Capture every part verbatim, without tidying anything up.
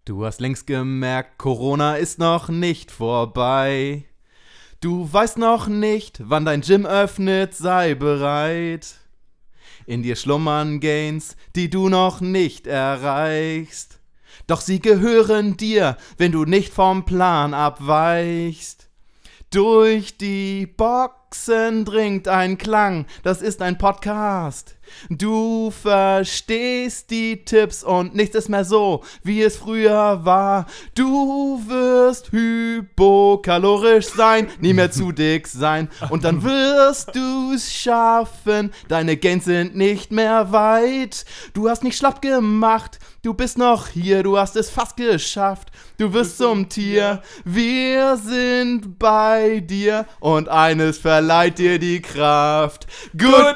Du hast längst gemerkt, Corona ist noch nicht vorbei. Du weißt noch nicht, wann dein Gym öffnet, sei bereit. In dir schlummern Gains, die du noch nicht erreichst. Doch sie gehören dir, wenn du nicht vom Plan abweichst. Durch die Boxen dringt ein Klang, das ist ein Podcast. Du verstehst die Tipps und nichts ist mehr so, wie es früher war. Du wirst hypokalorisch sein, nie mehr zu dick sein. Und dann wirst du's schaffen, deine Gains sind nicht mehr weit. Du hast nicht schlapp gemacht, du bist noch hier, du hast es fast geschafft. Du wirst zum Tier, wir sind bei dir und eines verleiht dir die Kraft. Good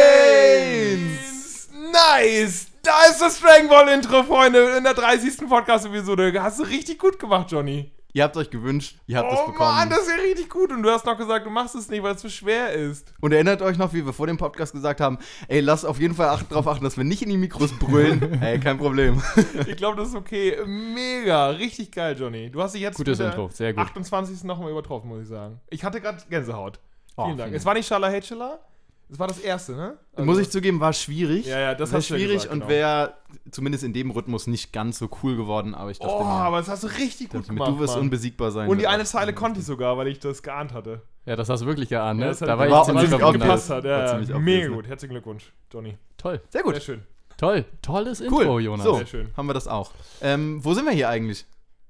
Gains! Nice! Da ist das Dragon Ball Intro, Freunde, in der dreißigsten Podcast-Episode. Hast du richtig gut gemacht, Johnny. Ihr habt euch gewünscht, ihr habt es Oh bekommen. Mann, das ist ja richtig gut. Und du hast noch gesagt, du machst es nicht, weil es zu schwer ist. Und erinnert euch noch, wie wir vor dem Podcast gesagt haben, ey, lasst auf jeden Fall acht, darauf achten, dass wir nicht in die Mikros brüllen. Ey, kein Problem. Ich glaube, das ist okay. Mega, richtig geil, Johnny. Du hast dich jetzt Gutes mit Intro, der sehr gut. achtundzwanzigsten nochmal übertroffen, muss ich sagen. Ich hatte gerade Gänsehaut. Oh, Vielen Dank. vielen Es war nicht Shala Hatchala, es war das erste, ne? Also, Muss ich zugeben, war schwierig. Ja, ja, das war hast du ja schwierig gesagt, und genau. wäre zumindest in dem Rhythmus nicht ganz so cool geworden, aber ich dachte Oh, mir, aber das hast du richtig gut dachte gemacht, mir, du wirst Mann. unbesiegbar sein. Und die mit eine acht. Zeile konnte ich sogar, weil ich das geahnt hatte. Ja, das hast du wirklich geahnt, ne? Ja, das hat da war war ich ziemlich ziemlich verwundert. gepasst. hat. War Ja, ziemlich ja. obvious, Mega ne? gut. Herzlichen Glückwunsch, Johnny. Toll, Sehr gut. Sehr schön. toll, tolles Cool. Intro, Jonas. So, Sehr schön. haben wir das auch. Ähm, wo sind wir hier eigentlich?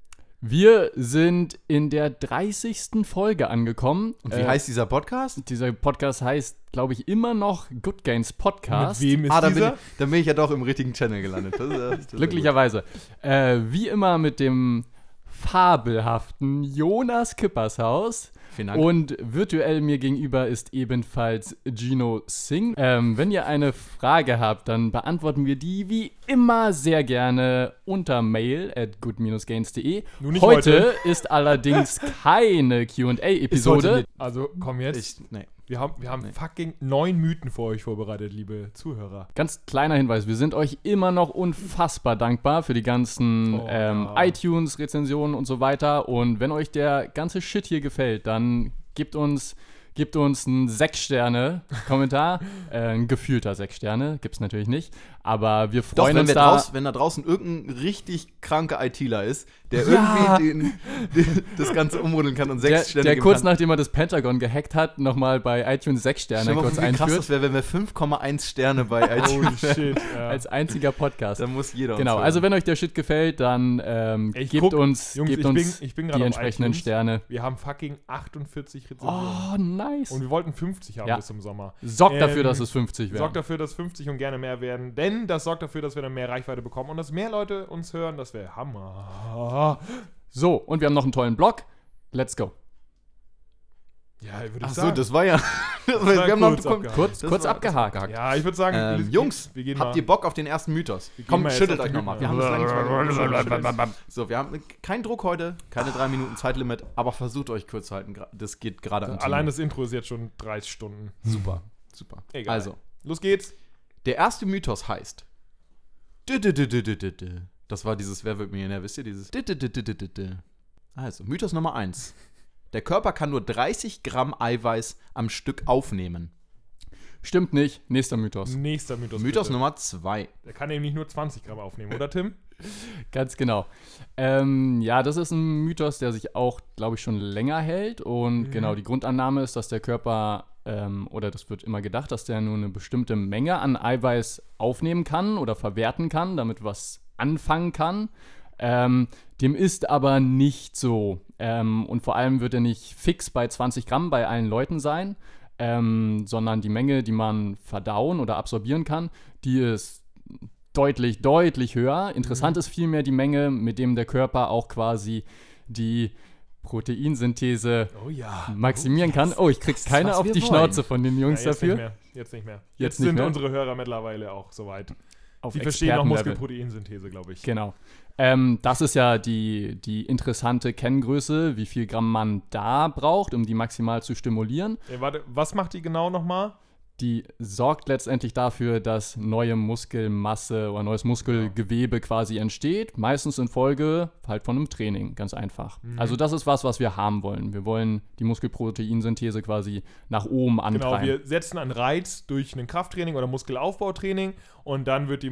Wir sind in der dreißigsten Folge angekommen. Und wie Äh, heißt dieser Podcast? Dieser Podcast heißt, glaube ich, immer noch Good Gains Podcast. Mit wem ist Ah, dann bin, ich, dieser? dann bin ich ja doch im richtigen Channel gelandet. Das ist, ja- das ist ja Glücklicherweise. Äh, wie immer mit dem fabelhaften Jonas Kippershaus. gut. Vielen Dank. Und virtuell mir gegenüber ist ebenfalls Gino Singh. Ähm, wenn ihr eine Frage habt, dann beantworten wir die wie immer sehr gerne unter mail at good dash gains punkt de. Nur nicht Heute ist allerdings keine Q and Ist heute A-Episode. nicht. Also, komm jetzt. ich, nee. Wir haben, wir haben Nee. fucking neun Mythen für euch vorbereitet, liebe Zuhörer. Ganz kleiner Hinweis, wir sind euch immer noch unfassbar dankbar für die ganzen Oh, ähm, ja. iTunes-Rezensionen und so weiter. Und wenn euch der ganze Shit hier gefällt, dann gebt uns, gebt uns einen sechs-Sterne-Kommentar. äh, ein gefühlter sechs-Sterne, gibt's natürlich nicht. Aber wir Doch, freuen wenn, uns wir da. draus, wenn da draußen irgendein richtig kranker ITler ist, der Ja. irgendwie den, den, das Ganze umrundeln kann und sechs Der, Sterne der geben kurz kann. nachdem er das Pentagon gehackt hat, nochmal bei iTunes sechs Sterne Stell dir mal kurz vor, wie krass einführt. das wäre, wenn wir fünf Komma eins Sterne bei Holy iTunes shit. Ja. Als einziger Podcast. Da muss jeder Genau, uns also hören. wenn euch der Shit gefällt, dann ähm, Ich gebt guck- uns, Jungs, gebt ich uns bin- ich bin grad die auf entsprechenden iTunes. Sterne. Wir haben fucking achtundvierzig Rezensionen. Oh, nice. Und wir wollten fünfzig haben Ja. bis zum Sommer. Sorgt dafür, Ähm, dass es fünfzig werden. Sorgt dafür, dass fünfzig und gerne mehr werden, denn das sorgt dafür, dass wir dann mehr Reichweite bekommen und dass mehr Leute uns hören. Das wäre Hammer. So, und wir haben noch einen tollen Blog. Let's go. Ja, würde ich Ach so, sagen. das war ja. Das war, war wir haben noch kurz komm, abgehakt. Kurz, Das kurz war- abgehakt. Ja, ich würde sagen, ähm, wir- Jungs, wir gehen habt mal. ihr Bock auf den ersten Mythos? Wir gehen Komm, mal jetzt schüttelt auf euch die nochmal. Wir Mythen. haben es lange nicht mehr gemacht. Blablabla. So, wir haben keinen Druck heute, keine drei Minuten Zeitlimit, aber versucht euch kurz zu halten. gra- Das geht gerade an Allein das Intro ist jetzt schon dreißig Stunden. Super, super. Egal. Also, Los geht's. der erste Mythos heißt. dü- dü- dü- dü- dü- dü- dü. Das war dieses Wer wird Millionär, wisst ihr? Dieses. dü- dü- dü- dü- dü- dü- dü. Also, Mythos Nummer eins. Der Körper kann nur dreißig Gramm Eiweiß am Stück aufnehmen. Stimmt nicht. Nächster Mythos. Nächster Mythos. Mythos bitte. Nummer zwei. Der kann eben nicht nur zwanzig Gramm aufnehmen, oder Tim? Ganz genau. Ähm, ja, das ist ein Mythos, der sich auch, glaube ich, schon länger hält. Und Mhm. genau, die Grundannahme ist, dass der Körper, ähm, oder das wird immer gedacht, dass der nur eine bestimmte Menge an Eiweiß aufnehmen kann oder verwerten kann, damit was anfangen kann. Ähm, dem ist aber nicht so. Ähm, und vor allem wird er nicht fix bei zwanzig Gramm bei allen Leuten sein, ähm, sondern die Menge, die man verdauen oder absorbieren kann, die ist deutlich, deutlich höher. Interessant ist vielmehr die Menge, mit dem der Körper auch quasi die Proteinsynthese Oh ja. maximieren kann. Oh, ich krieg keine was auf wir die wollen. Schnauze von den Jungs Ja, jetzt dafür. Nicht mehr. Jetzt nicht mehr. Jetzt, Jetzt nicht sind mehr? unsere Hörer mittlerweile auch soweit. Auf Sie verstehen auch Expertenlevel. Muskelproteinsynthese, glaube ich. Genau. Ähm, das ist ja die, die interessante Kenngröße, wie viel Gramm man da braucht, um die maximal zu stimulieren. Ey, warte, was macht die genau nochmal? die sorgt letztendlich dafür, dass neue Muskelmasse oder neues Muskelgewebe quasi entsteht, meistens infolge halt von einem Training, ganz einfach. Mhm. Also das ist was, was wir haben wollen. Wir wollen die Muskelproteinsynthese quasi nach oben antreiben. Genau, wir setzen einen Reiz durch ein Krafttraining oder Muskelaufbautraining und dann wird die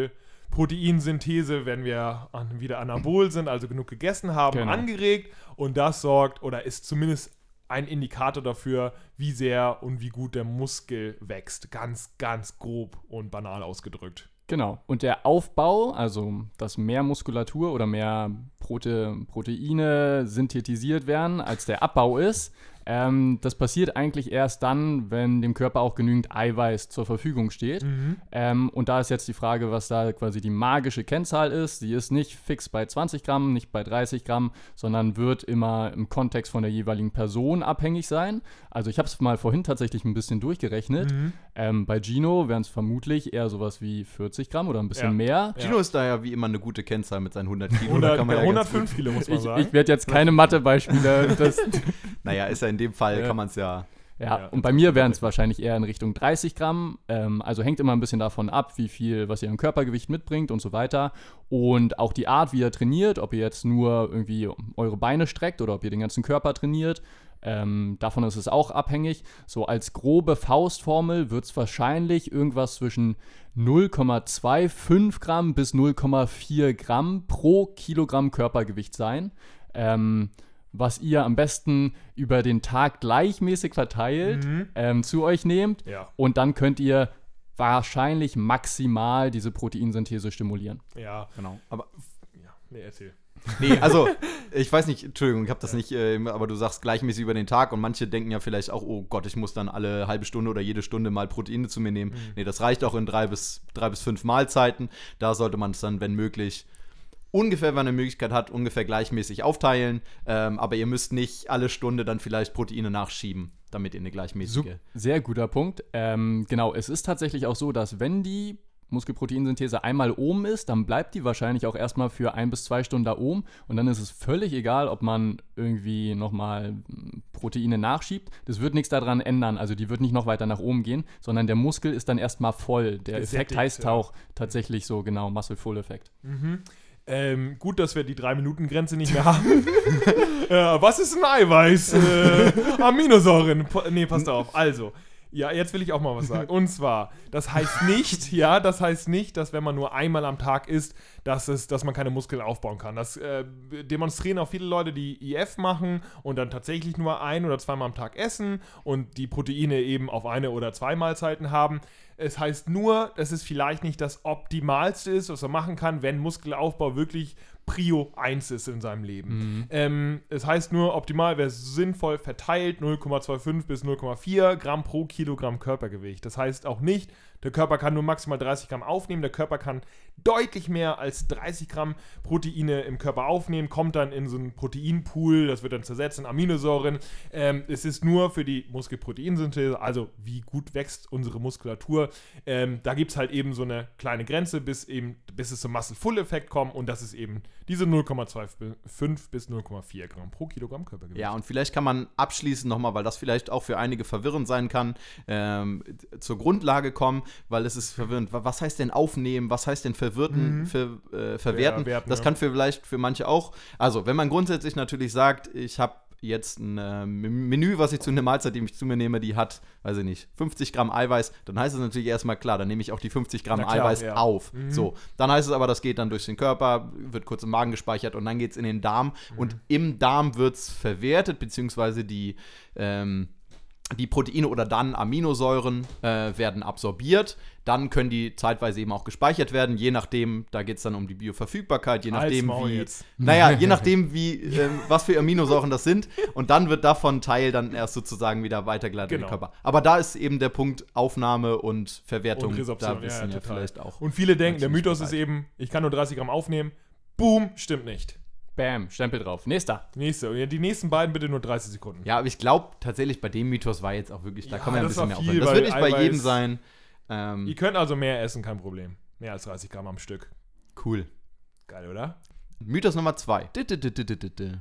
Muskelproteinsynthese, wenn wir an, wieder anabol sind, also genug gegessen haben, genau. angeregt und das sorgt oder ist zumindest ein Indikator dafür, wie sehr und wie gut der Muskel wächst. Ganz, ganz grob und banal ausgedrückt. Genau. Und der Aufbau, also dass mehr Muskulatur oder mehr Prote- Proteine synthetisiert werden, als der Abbau ist, ähm, das passiert eigentlich erst dann, wenn dem Körper auch genügend Eiweiß zur Verfügung steht. Mhm. Ähm, und da ist jetzt die Frage, was da quasi die magische Kennzahl ist. Die ist nicht fix bei zwanzig Gramm, nicht bei dreißig Gramm, sondern wird immer im Kontext von der jeweiligen Person abhängig sein. Also ich habe es mal vorhin tatsächlich ein bisschen durchgerechnet. Mhm. Ähm, bei Gino wären es vermutlich eher sowas wie vierzig Gramm oder ein bisschen ja. mehr. Gino ja. ist da ja wie immer eine gute Kennzahl mit seinen hundert Kilo. hundert, da kann man ja hundertfünf Kilo muss man ich, sagen. Ich werde jetzt keine Mathebeispiele. Das naja, ist ja in dem Fall, ja. kann man es ja... Ja, ja, und bei mir wären es wahrscheinlich eher in Richtung dreißig Gramm. Ähm, also hängt immer ein bisschen davon ab, wie viel, was ihr an Körpergewicht mitbringt und so weiter. Und auch die Art, wie ihr trainiert, ob ihr jetzt nur irgendwie eure Beine streckt oder ob ihr den ganzen Körper trainiert. Ähm, davon ist es auch abhängig. So als grobe Faustformel wird es wahrscheinlich irgendwas zwischen null Komma fünfundzwanzig Gramm bis null Komma vier Gramm pro Kilogramm Körpergewicht sein. Ähm, was ihr am besten über den Tag gleichmäßig verteilt mhm. ähm, zu euch nehmt. Ja. Und dann könnt ihr wahrscheinlich maximal diese Proteinsynthese stimulieren. Ja, genau. Aber ja, nee, erzähl. Nee, also, ich weiß nicht, Entschuldigung, ich habe das ja. nicht, äh, aber du sagst gleichmäßig über den Tag und manche denken ja vielleicht auch, oh Gott, ich muss dann alle halbe Stunde oder jede Stunde mal Proteine zu mir nehmen. Mhm. Nee, das reicht auch in drei bis, drei bis fünf Mahlzeiten. Da sollte man es dann, wenn möglich, ungefähr, wenn man eine Möglichkeit hat, ungefähr gleichmäßig aufteilen. Ähm, aber ihr müsst nicht alle Stunde dann vielleicht Proteine nachschieben, damit ihr eine gleichmäßige... So, sehr guter Punkt. Ähm, genau, es ist tatsächlich auch so, dass wenn die Muskelproteinsynthese einmal oben ist, dann bleibt die wahrscheinlich auch erstmal für ein bis zwei Stunden da oben und dann ist es völlig egal, ob man irgendwie nochmal Proteine nachschiebt. Das wird nichts daran ändern, also die wird nicht noch weiter nach oben gehen, sondern der Muskel ist dann erstmal voll. Der Effekt heißt ja. auch tatsächlich so genau Muscle-Full-Effekt. Mhm. Ähm, gut, dass wir die drei-Minuten-Grenze nicht mehr haben. äh, was ist ein Eiweiß? Äh, Aminosäuren. Nee, passt auf. Also, ja, jetzt will ich auch mal was sagen. Und zwar, das heißt nicht, ja, das heißt nicht, dass wenn man nur einmal am Tag isst, dass, es, dass man keine Muskeln aufbauen kann. Das äh, demonstrieren auch viele Leute, die I F machen und dann tatsächlich nur ein- oder zweimal am Tag essen und die Proteine eben auf eine oder zwei Mahlzeiten haben. Es heißt nur, dass es vielleicht nicht das Optimalste ist, was man machen kann, wenn Muskelaufbau wirklich Prio eins ist in seinem Leben. Mhm. Ähm, es heißt nur, optimal wäre es sinnvoll verteilt null Komma fünfundzwanzig bis null Komma vier Gramm pro Kilogramm Körpergewicht. Das heißt auch nicht, der Körper kann nur maximal dreißig Gramm aufnehmen, der Körper kann deutlich mehr als dreißig Gramm Proteine im Körper aufnehmen, kommt dann in so einen Proteinpool, das wird dann zersetzt in Aminosäuren. Ähm, es ist nur für die Muskelproteinsynthese, also wie gut wächst unsere Muskulatur. Ähm, da gibt es halt eben so eine kleine Grenze, bis, eben, bis es zum Muscle-Full-Effekt kommt und das ist eben diese null Komma fünfundzwanzig bis null Komma vier Gramm pro Kilogramm Körpergewicht. Ja, und vielleicht kann man abschließend nochmal, weil das vielleicht auch für einige verwirrend sein kann, ähm, zur Grundlage kommen, weil es ist verwirrend. Was heißt denn aufnehmen? Was heißt denn verwirrten, mhm. ver, äh, verwerten? Verwerten, das ja. kann für vielleicht für manche auch. Also, wenn man grundsätzlich natürlich sagt, ich habe jetzt ein äh, Menü, was ich zu einer Mahlzeit, die ich zu mir nehme, die hat, weiß ich nicht, fünfzig Gramm Eiweiß, dann heißt es natürlich erstmal, klar, dann nehme ich auch die fünfzig Gramm klar, Eiweiß ja. auf. Mhm. So, dann heißt es aber, das geht dann durch den Körper, wird kurz im Magen gespeichert und dann geht es in den Darm mhm. und im Darm wird es verwertet, beziehungsweise die ähm, Die Proteine oder dann Aminosäuren äh, werden absorbiert. Dann können die zeitweise eben auch gespeichert werden, je nachdem, da geht es dann um die Bioverfügbarkeit, je nachdem, wie, jetzt. naja, je nachdem, wie, ähm, was für Aminosäuren das sind. Und dann wird davon Teil dann erst sozusagen wieder weitergeleitet genau. in den Körper. Aber da ist eben der Punkt Aufnahme und Verwertung. Und Resorption, da wissen ja, ja, ja vielleicht auch. Und viele denken, der Mythos ist eben, ich kann nur dreißig Gramm aufnehmen. Boom, stimmt nicht. Bam, Stempel drauf. Nächster. Nächste. Und die nächsten beiden bitte nur dreißig Sekunden. Ja, aber ich glaube tatsächlich, bei dem Mythos war jetzt auch wirklich, da ja, kann man ja ein bisschen mehr viel, aufhören. Das wird nicht bei Eiweiß, jedem sein. Ähm, ihr könnt also mehr essen, kein Problem. Mehr als dreißig Gramm am Stück. Cool. Geil, oder? Mythos Nummer zwei.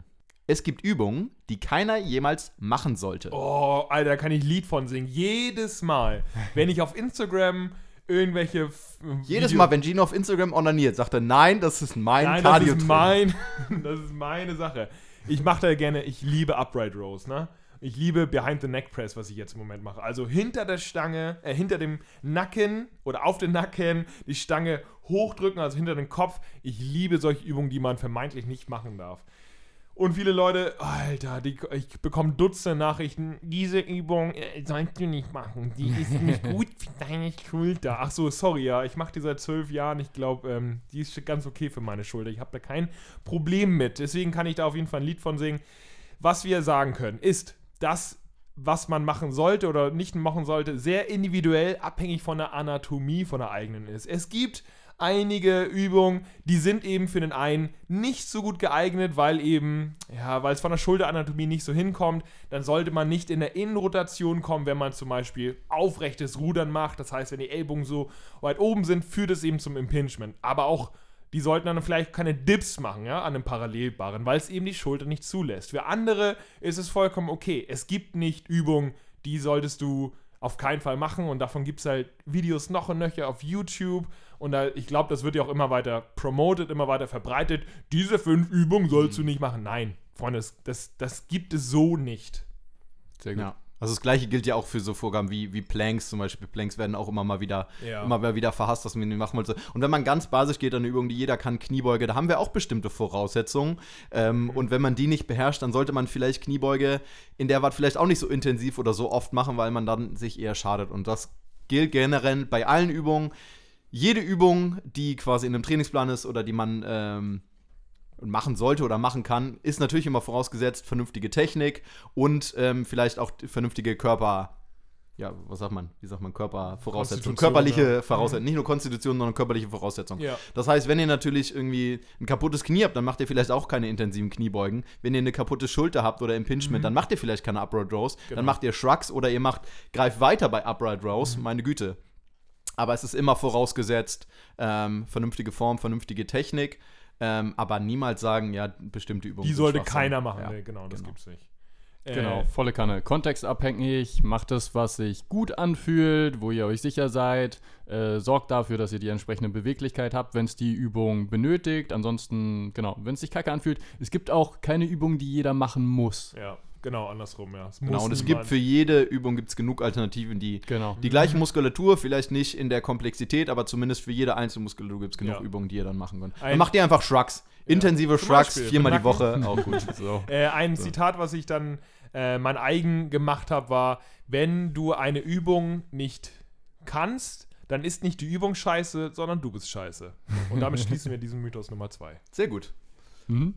Es gibt Übungen, die keiner jemals machen sollte. Oh, Alter, da kann ich ein Lied von singen. Jedes Mal, wenn ich auf Instagram irgendwelche F- Jedes Video- Mal, wenn Gino auf Instagram onaniert, sagt er, nein, das ist mein Nein, das Cardio. ist mein, das ist meine Sache. Ich mache da gerne, ich liebe Upright Rows, ne? Ich liebe Behind the Neck Press, was ich jetzt im Moment mache. Also hinter der Stange, äh, hinter dem Nacken oder auf den Nacken die Stange hochdrücken, also hinter den Kopf. Ich liebe solche Übungen, die man vermeintlich nicht machen darf. Und viele Leute, Alter, die, ich bekomme Dutzende Nachrichten, diese Übung äh, sollst du nicht machen, die ist nicht gut für deine Schulter. Ach so, sorry, ja, ich mache die seit zwölf Jahren, ich glaube, ähm, die ist ganz okay für meine Schulter. Ich habe da kein Problem mit, deswegen kann ich da auf jeden Fall ein Lied von singen. Was wir sagen können, ist, dass was man machen sollte oder nicht machen sollte, sehr individuell abhängig von der Anatomie von der eigenen ist. Es gibt einige Übungen, die sind eben für den einen nicht so gut geeignet, weil eben, ja, weil es von der Schulteranatomie nicht so hinkommt. Dann sollte man nicht in der Innenrotation kommen, wenn man zum Beispiel aufrechtes Rudern macht. Das heißt, wenn die Ellbogen so weit oben sind, führt es eben zum Impingement. Aber auch die sollten dann vielleicht keine Dips machen, ja, an einem Parallelbarren, weil es eben die Schulter nicht zulässt. Für andere ist es vollkommen okay. Es gibt nicht Übungen, die solltest du auf keinen Fall machen und davon gibt es halt Videos noch und nöcher auf YouTube und da, ich glaube, das wird ja auch immer weiter promoted, immer weiter verbreitet. Diese fünf Übungen sollst du nicht machen. Nein, Freunde, das, das, das gibt es so nicht. Sehr gut. Ja. Also das gleiche gilt ja auch für so Vorgaben wie, wie Planks zum Beispiel. Planks werden auch immer mal wieder, Ja. immer mal wieder verhasst, dass man die machen wollte. Und wenn man ganz basisch geht, an eine Übung, die jeder kann, Kniebeuge, da haben wir auch bestimmte Voraussetzungen. Ähm, mhm. Und wenn man die nicht beherrscht, dann sollte man vielleicht Kniebeuge in der Art vielleicht auch nicht so intensiv oder so oft machen, weil man dann sich eher schadet. Und das gilt generell bei allen Übungen. Jede Übung, die quasi in einem Trainingsplan ist oder die man ähm, machen sollte oder machen kann, ist natürlich immer vorausgesetzt vernünftige Technik und ähm, vielleicht auch vernünftige Körper, ja, was sagt man, wie sagt man, Körpervoraussetzungen, körperliche ja. Voraussetzungen, nicht nur Konstitution, sondern körperliche Voraussetzungen. Ja. Das heißt, wenn ihr natürlich irgendwie ein kaputtes Knie habt, dann macht ihr vielleicht auch keine intensiven Kniebeugen. Wenn ihr eine kaputte Schulter habt oder Impingement, mhm. dann macht ihr vielleicht keine Upright Rows, genau. Dann macht ihr Shrugs oder ihr macht, greift weiter bei Upright Rows, mhm. meine Güte. Aber es ist immer vorausgesetzt, ähm, vernünftige Form, vernünftige Technik. Ähm, aber niemals sagen, ja, bestimmte Übungen. Die sollte keiner machen, ja, nee, genau, das genau. gibt's nicht. Genau, Äh, volle Kanne. Kontextabhängig, macht das, was sich gut anfühlt, wo ihr euch sicher seid. Äh, sorgt dafür, dass ihr die entsprechende Beweglichkeit habt, wenn es die Übung benötigt. Ansonsten, genau, wenn es sich kacke anfühlt. Es gibt auch keine Übung, die jeder machen muss. Ja, genau, andersrum, ja. Es Genau, muss und es niemand- gibt für jede Übung gibt's genug Alternativen, die Genau. die gleiche Muskulatur, vielleicht nicht in der Komplexität, aber zumindest für jede einzelne Muskulatur gibt es genug Ja. Übungen, die ihr dann machen könnt. Ein- Dann macht ihr einfach Shrugs. Intensive Zum Shrugs, Beispiel viermal für die Woche, auch gut. So. Äh, ein So. Zitat, was ich dann äh, mein eigen gemacht habe, war, wenn du eine Übung nicht kannst, dann ist nicht die Übung scheiße, sondern du bist scheiße. Und damit schließen wir diesen Mythos Nummer zwei. Sehr gut. Mhm.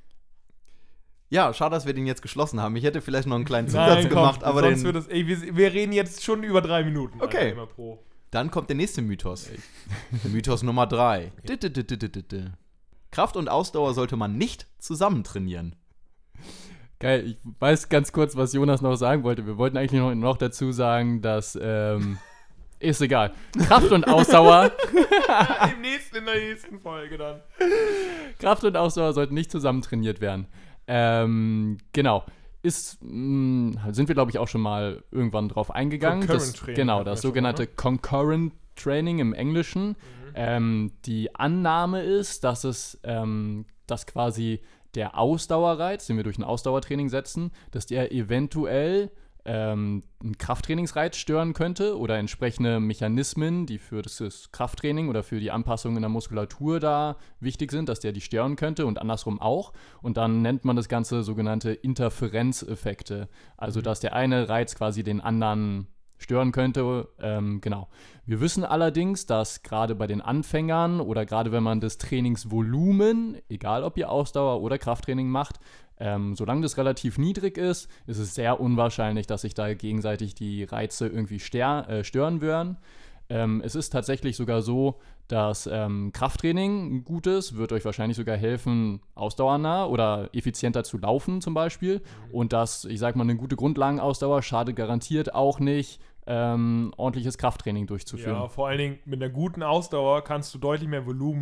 Ja, schade, dass wir den jetzt geschlossen haben. Ich hätte vielleicht noch einen kleinen Zusatz Nein, gemacht, komm, aber sonst den, wird das, ey, wir, wir reden jetzt schon über drei Minuten. Okay. Alter, immer pro. dann kommt der nächste Mythos. Mythos Nummer drei. Kraft und Ausdauer sollte man nicht zusammen trainieren. Geil, ich weiß ganz kurz, was Jonas noch sagen wollte. Wir wollten eigentlich noch, noch dazu sagen, dass, ähm, ist egal. Kraft und Ausdauer, Im nächsten, in der nächsten Folge dann. Kraft und Ausdauer sollten nicht zusammen trainiert werden. Ähm, genau. Ist, mh, sind wir, glaube ich, auch schon mal irgendwann drauf eingegangen. Concurrent Das, Training genau, hatten das wir schon mal, sogenannte ne? Concurrent Training im Englischen. Ähm, die Annahme ist, dass es, ähm, dass quasi der Ausdauerreiz, den wir durch ein Ausdauertraining setzen, dass der eventuell ähm, einen Krafttrainingsreiz stören könnte oder entsprechende Mechanismen, die für das, das Krafttraining oder für die Anpassung in der Muskulatur da wichtig sind, dass der die stören könnte und andersrum auch. Und dann nennt man das Ganze sogenannte Interferenzeffekte. Also, dass der eine Reiz quasi den anderen stören könnte. Ähm, genau. Wir wissen allerdings, dass gerade bei den Anfängern oder gerade wenn man das Trainingsvolumen, egal ob ihr Ausdauer oder Krafttraining macht, ähm, solange das relativ niedrig ist, ist es sehr unwahrscheinlich, dass sich da gegenseitig die Reize irgendwie stör, äh, stören würden. Ähm, es ist tatsächlich sogar so, dass ähm, Krafttraining ein gutes, wird euch wahrscheinlich sogar helfen, ausdauernder oder effizienter zu laufen zum Beispiel. Und dass, ich sag mal, eine gute Grundlagenausdauer schadet garantiert auch nicht, ähm, ordentliches Krafttraining durchzuführen. Ja, vor allen Dingen mit einer guten Ausdauer kannst du deutlich mehr Volumen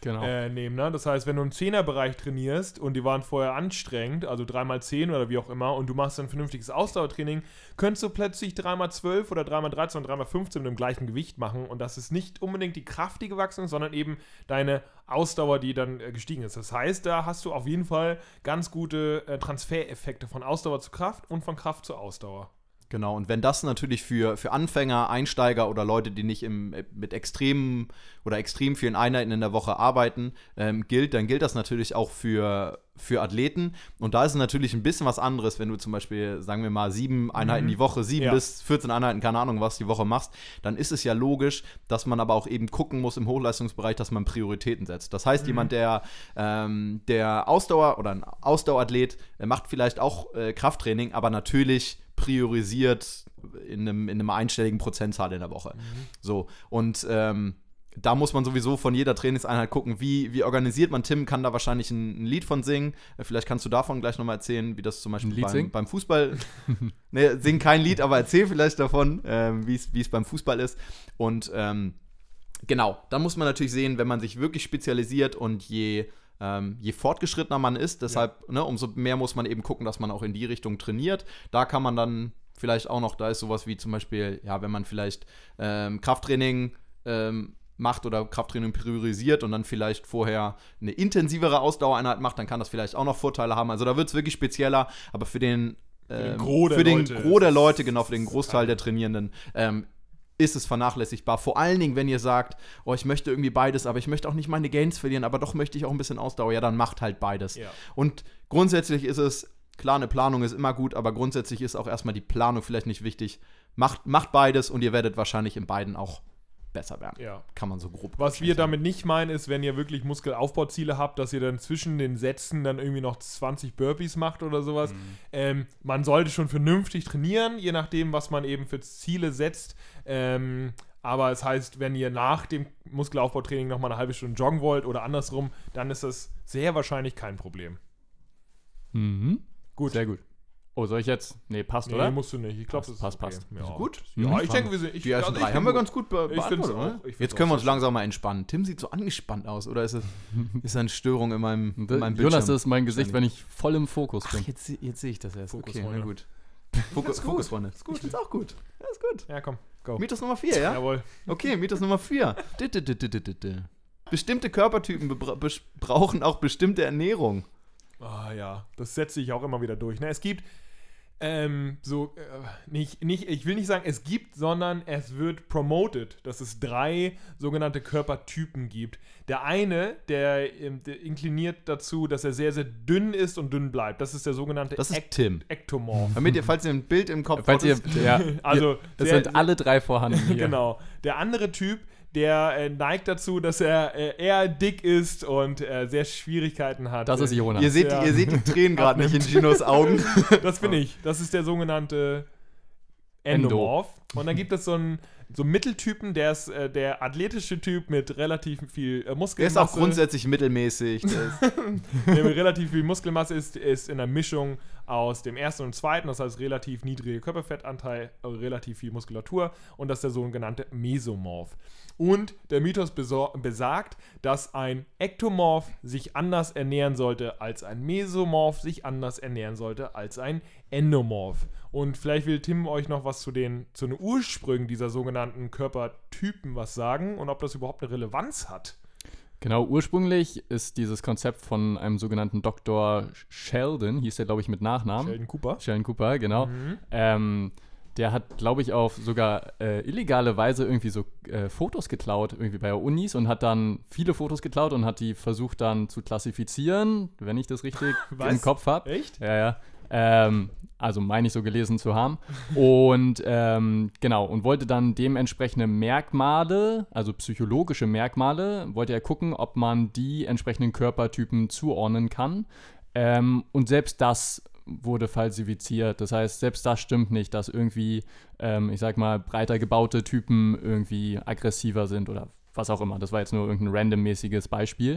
Genau. äh, nehmen. Ne? Das heißt, wenn du im Zehnerbereich trainierst und die waren vorher anstrengend, also drei mal zehn oder wie auch immer, und du machst dann ein vernünftiges Ausdauertraining, könntest du plötzlich drei mal zwölf oder drei mal dreizehn und drei mal fünfzehn mit dem gleichen Gewicht machen. Und das ist nicht unbedingt die Kraft, die gewachsen ist, sondern eben deine Ausdauer, die dann äh, gestiegen ist. Das heißt, da hast du auf jeden Fall ganz gute äh, Transfereffekte von Ausdauer zu Kraft und von Kraft zu Ausdauer. Genau, und wenn das natürlich für, für Anfänger, Einsteiger oder Leute, die nicht im, mit extremen oder extrem vielen Einheiten in der Woche arbeiten, ähm, gilt, dann gilt das natürlich auch für, für Athleten. Und da ist es natürlich ein bisschen was anderes, wenn du zum Beispiel, sagen wir mal, sieben Einheiten Mhm. die Woche, sieben Ja. bis vierzehn Einheiten, keine Ahnung, was die Woche machst, dann ist es ja logisch, dass man aber auch eben gucken muss im Hochleistungsbereich, dass man Prioritäten setzt. Das heißt, Mhm. jemand, der, ähm, der Ausdauer oder ein Ausdauerathlet, der macht vielleicht auch äh, Krafttraining, aber natürlich priorisiert in einem, in einem einstelligen Prozentzahl in der Woche. Mhm. So, und ähm, da muss man sowieso von jeder Trainingseinheit gucken, wie, wie organisiert man. Tim kann da wahrscheinlich ein, ein Lied von singen. Äh, Vielleicht kannst du davon gleich nochmal erzählen, wie das zum Beispiel Ein Lied beim, singen? beim Fußball. Ne, sing kein Lied, aber erzähl vielleicht davon, ähm, wie es beim Fußball ist. Und ähm, genau, da muss man natürlich sehen, wenn man sich wirklich spezialisiert und je Ähm, je fortgeschrittener man ist, deshalb, ne, umso mehr muss man eben gucken, dass man auch in die Richtung trainiert. Da kann man dann vielleicht auch noch, da ist sowas wie zum Beispiel, ja, wenn man vielleicht ähm, Krafttraining ähm, macht oder Krafttraining priorisiert und dann vielleicht vorher eine intensivere Ausdauereinheit macht, dann kann das vielleicht auch noch Vorteile haben. Also da wird es wirklich spezieller, aber für den, den ähm, Gros der für den Leute Gros der ist Leute, es- genau, für den Großteil der Trainierenden, ähm, ist es vernachlässigbar. Vor allen Dingen, wenn ihr sagt, oh, ich möchte irgendwie beides, aber ich möchte auch nicht meine Gains verlieren, aber doch möchte ich auch ein bisschen Ausdauer. Ja, dann macht halt beides. Ja. Und grundsätzlich ist es, klar, eine Planung ist immer gut, aber grundsätzlich ist auch erstmal die Planung vielleicht nicht wichtig. Macht, macht beides und ihr werdet wahrscheinlich in beiden auch besser werden. Ja. Kann man so grob Was wir sagen. damit nicht meinen, ist, wenn ihr wirklich Muskelaufbauziele habt, dass ihr dann zwischen den Sätzen dann irgendwie noch zwanzig Burpees macht oder sowas. Mhm. Ähm, man sollte schon vernünftig trainieren, je nachdem, was man eben für Ziele setzt. Ähm, aber es heißt, wenn ihr nach dem Muskelaufbautraining nochmal eine halbe Stunde joggen wollt oder andersrum, dann ist das sehr wahrscheinlich kein Problem. Mhm. Gut. Sehr gut. Oh, soll ich jetzt? Nee, passt, Nee, oder? musst du nicht. Ich glaube, Passt, das ist passt, okay. passt. Ja. Gut. Ja, Mhm. ich denke, wir sind... Ich, Die ersten also ich drei find haben wir gut. ganz gut be Ich find's beantwortet, auch. oder? Ich find's Jetzt auch können wir uns sehr langsam mal entspannen. Tim sieht so angespannt aus, oder ist es ist eine Störung in meinem, in Da- meinem Bildschirm? Jonas, das ist mein Gesicht, wenn ich voll im Fokus Ach, bin. jetzt, se- jetzt sehe ich das erst. Okay, Fokusrunde. na gut. Fokus, gut. Fokusrunde. Ist gut. Ich find's auch gut. Ja, ist gut. Ja, komm, go. Mythos Nummer vier, ja? Jawohl. Okay, Mythos Nummer vier. Bestimmte Körpertypen bebra- bes- brauchen auch bestimmte Ernährung. Ah ja, das setze ich auch immer wieder durch. Ne? Es gibt ähm, so, äh, nicht, nicht, ich will nicht sagen, es gibt, sondern es wird promoted, dass es drei sogenannte Körpertypen gibt. Der eine, der, ähm, der inkliniert dazu, dass er sehr, sehr dünn ist und dünn bleibt. Das ist der sogenannte Das ist Ekt- Tim. Ektomorph. Damit ihr, falls ihr ein Bild im Kopf Falls ihr, habt, ja, Also, das sehr- sind alle drei vorhanden hier. Genau. Der andere Typ, der äh, neigt dazu, dass er äh, eher dick ist und äh, sehr Schwierigkeiten hat. Das ist Jonas. ihr seht, Ja. ihr seht die Tränen gerade nicht in Ginos Augen. Das bin ich. Das ist der sogenannte Endomorph. Und dann gibt es so einen so einen Mitteltypen, der ist äh, der athletische Typ mit relativ viel äh, Der Muskelmasse. ist auch grundsätzlich mittelmäßig. Der ist, Der mit relativ viel Muskelmasse ist, ist in der Mischung aus dem ersten und zweiten, das heißt relativ niedrige Körperfettanteil, äh, relativ viel Muskulatur, und das ist der sogenannte Mesomorph. Und der Mythos besor- besagt, dass ein Ektomorph sich anders ernähren sollte als ein Mesomorph, sich anders ernähren sollte als ein Endomorph. Und vielleicht will Tim euch noch was zu den, zu den Ursprüngen dieser sogenannten Körpertypen was sagen und ob das überhaupt eine Relevanz hat. Genau, ursprünglich ist dieses Konzept von einem sogenannten Doktor Sheldon, hieß der, glaube ich, mit Nachnamen. Sheldon Cooper. Sheldon Cooper, genau. Mhm. Ähm, der hat, glaube ich, auf sogar äh, illegale Weise irgendwie so äh, Fotos geklaut, irgendwie bei Unis, und hat dann viele Fotos geklaut und hat die versucht dann zu klassifizieren, wenn ich das richtig Was? im Kopf habe. Echt? Ja, ja. Ähm, also meine ich so gelesen zu haben. Und ähm, genau, und wollte dann dementsprechende Merkmale, also psychologische Merkmale, wollte er gucken, ob man die entsprechenden Körpertypen zuordnen kann. Ähm, und selbst das wurde falsifiziert. Das heißt, selbst das stimmt nicht, dass irgendwie, ähm, ich sag mal, breiter gebaute Typen irgendwie aggressiver sind oder was auch immer. Das war jetzt nur irgendein randommäßiges Beispiel.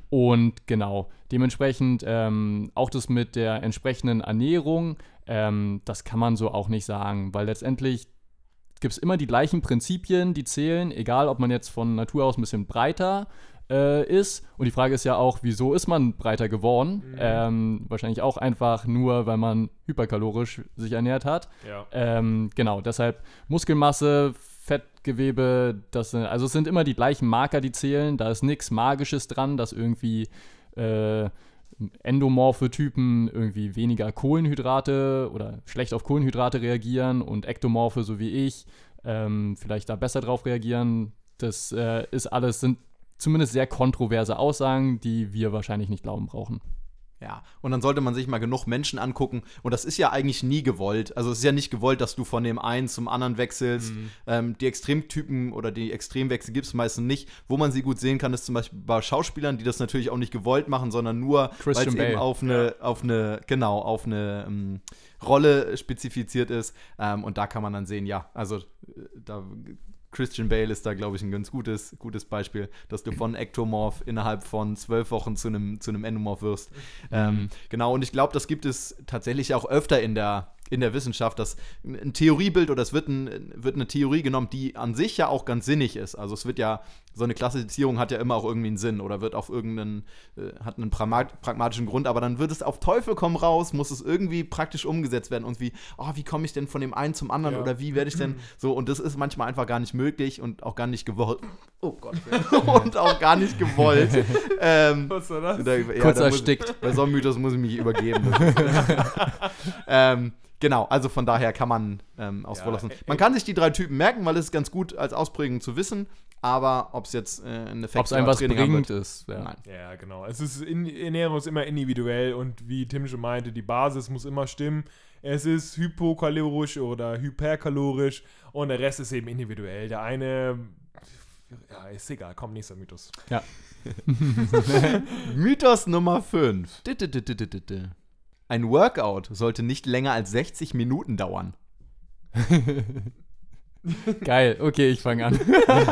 Und genau, dementsprechend ähm, auch das mit der entsprechenden Ernährung, ähm, das kann man so auch nicht sagen, weil letztendlich gibt es immer die gleichen Prinzipien, die zählen, egal ob man jetzt von Natur aus ein bisschen breiter äh, ist. Und die Frage ist ja auch, wieso ist man breiter geworden? Mhm. Ähm, wahrscheinlich auch einfach nur, weil man hyperkalorisch sich ernährt hat. Ja. Ähm, genau, deshalb Muskelmasse, Fettgewebe, das sind, also es sind immer die gleichen Marker, die zählen. Da ist nichts Magisches dran, dass irgendwie äh, endomorphe Typen irgendwie weniger Kohlenhydrate oder schlecht auf Kohlenhydrate reagieren und ektomorphe, so wie ich, ähm, vielleicht da besser drauf reagieren. Das äh, ist alles, sind zumindest sehr kontroverse Aussagen, die wir wahrscheinlich nicht glauben brauchen. Ja, und dann sollte man sich mal genug Menschen angucken. Und das ist ja eigentlich nie gewollt. Also es ist ja nicht gewollt, dass du von dem einen zum anderen wechselst. Mhm. Ähm, die Extremtypen oder die Extremwechsel gibt es meistens nicht. Wo man sie gut sehen kann, ist zum Beispiel bei Schauspielern, die das natürlich auch nicht gewollt machen, sondern nur, weil es Christian eben Bale. auf eine, auf eine, genau, auf eine ähm, Rolle spezifiziert ist. Ähm, und da kann man dann sehen, ja, also äh, da Christian Bale ist da, glaube ich, ein ganz gutes, gutes Beispiel, dass du von Ektomorph innerhalb von zwölf Wochen zu einem zu einem Endomorph wirst. Mhm. Ähm, genau, und ich glaube, das gibt es tatsächlich auch öfter in der in der Wissenschaft, dass ein Theoriebild oder es wird, ein, wird eine Theorie genommen, die an sich ja auch ganz sinnig ist. Also es wird ja, so eine Klassifizierung hat ja immer auch irgendwie einen Sinn oder wird auf irgendeinen, äh, hat einen pragmat- pragmatischen Grund, aber dann wird es auf Teufel komm raus, muss es irgendwie praktisch umgesetzt werden und wie, oh, wie komme ich denn von dem einen zum anderen Ja. oder wie werde ich denn so, und das ist manchmal einfach gar nicht möglich und auch gar nicht gewollt. Oh Gott. und auch gar nicht gewollt. ähm, Was war das? da, ja, Kurz da muss- erstickt. Bei so einem Mythos muss ich mich übergeben. ähm, genau, also von daher kann man ähm, aus Ja, Vorlassen. äh, Man kann sich die drei Typen merken, weil es ist ganz gut als Ausprägung zu wissen, aber ob es jetzt äh, einen Effekt Ob es einem was Training haben bringt, wird, ist. Ja. nein. Ja, genau. Es ist in, Ernährung ist immer individuell und wie Tim schon meinte, die Basis muss immer stimmen. Es ist hypokalorisch oder hyperkalorisch und der Rest ist eben individuell. Der eine, ja, ist egal, komm, nächster Mythos. Ja. Mythos Nummer fünf. Ein Workout sollte nicht länger als sechzig Minuten dauern. Geil, okay, ich fange an.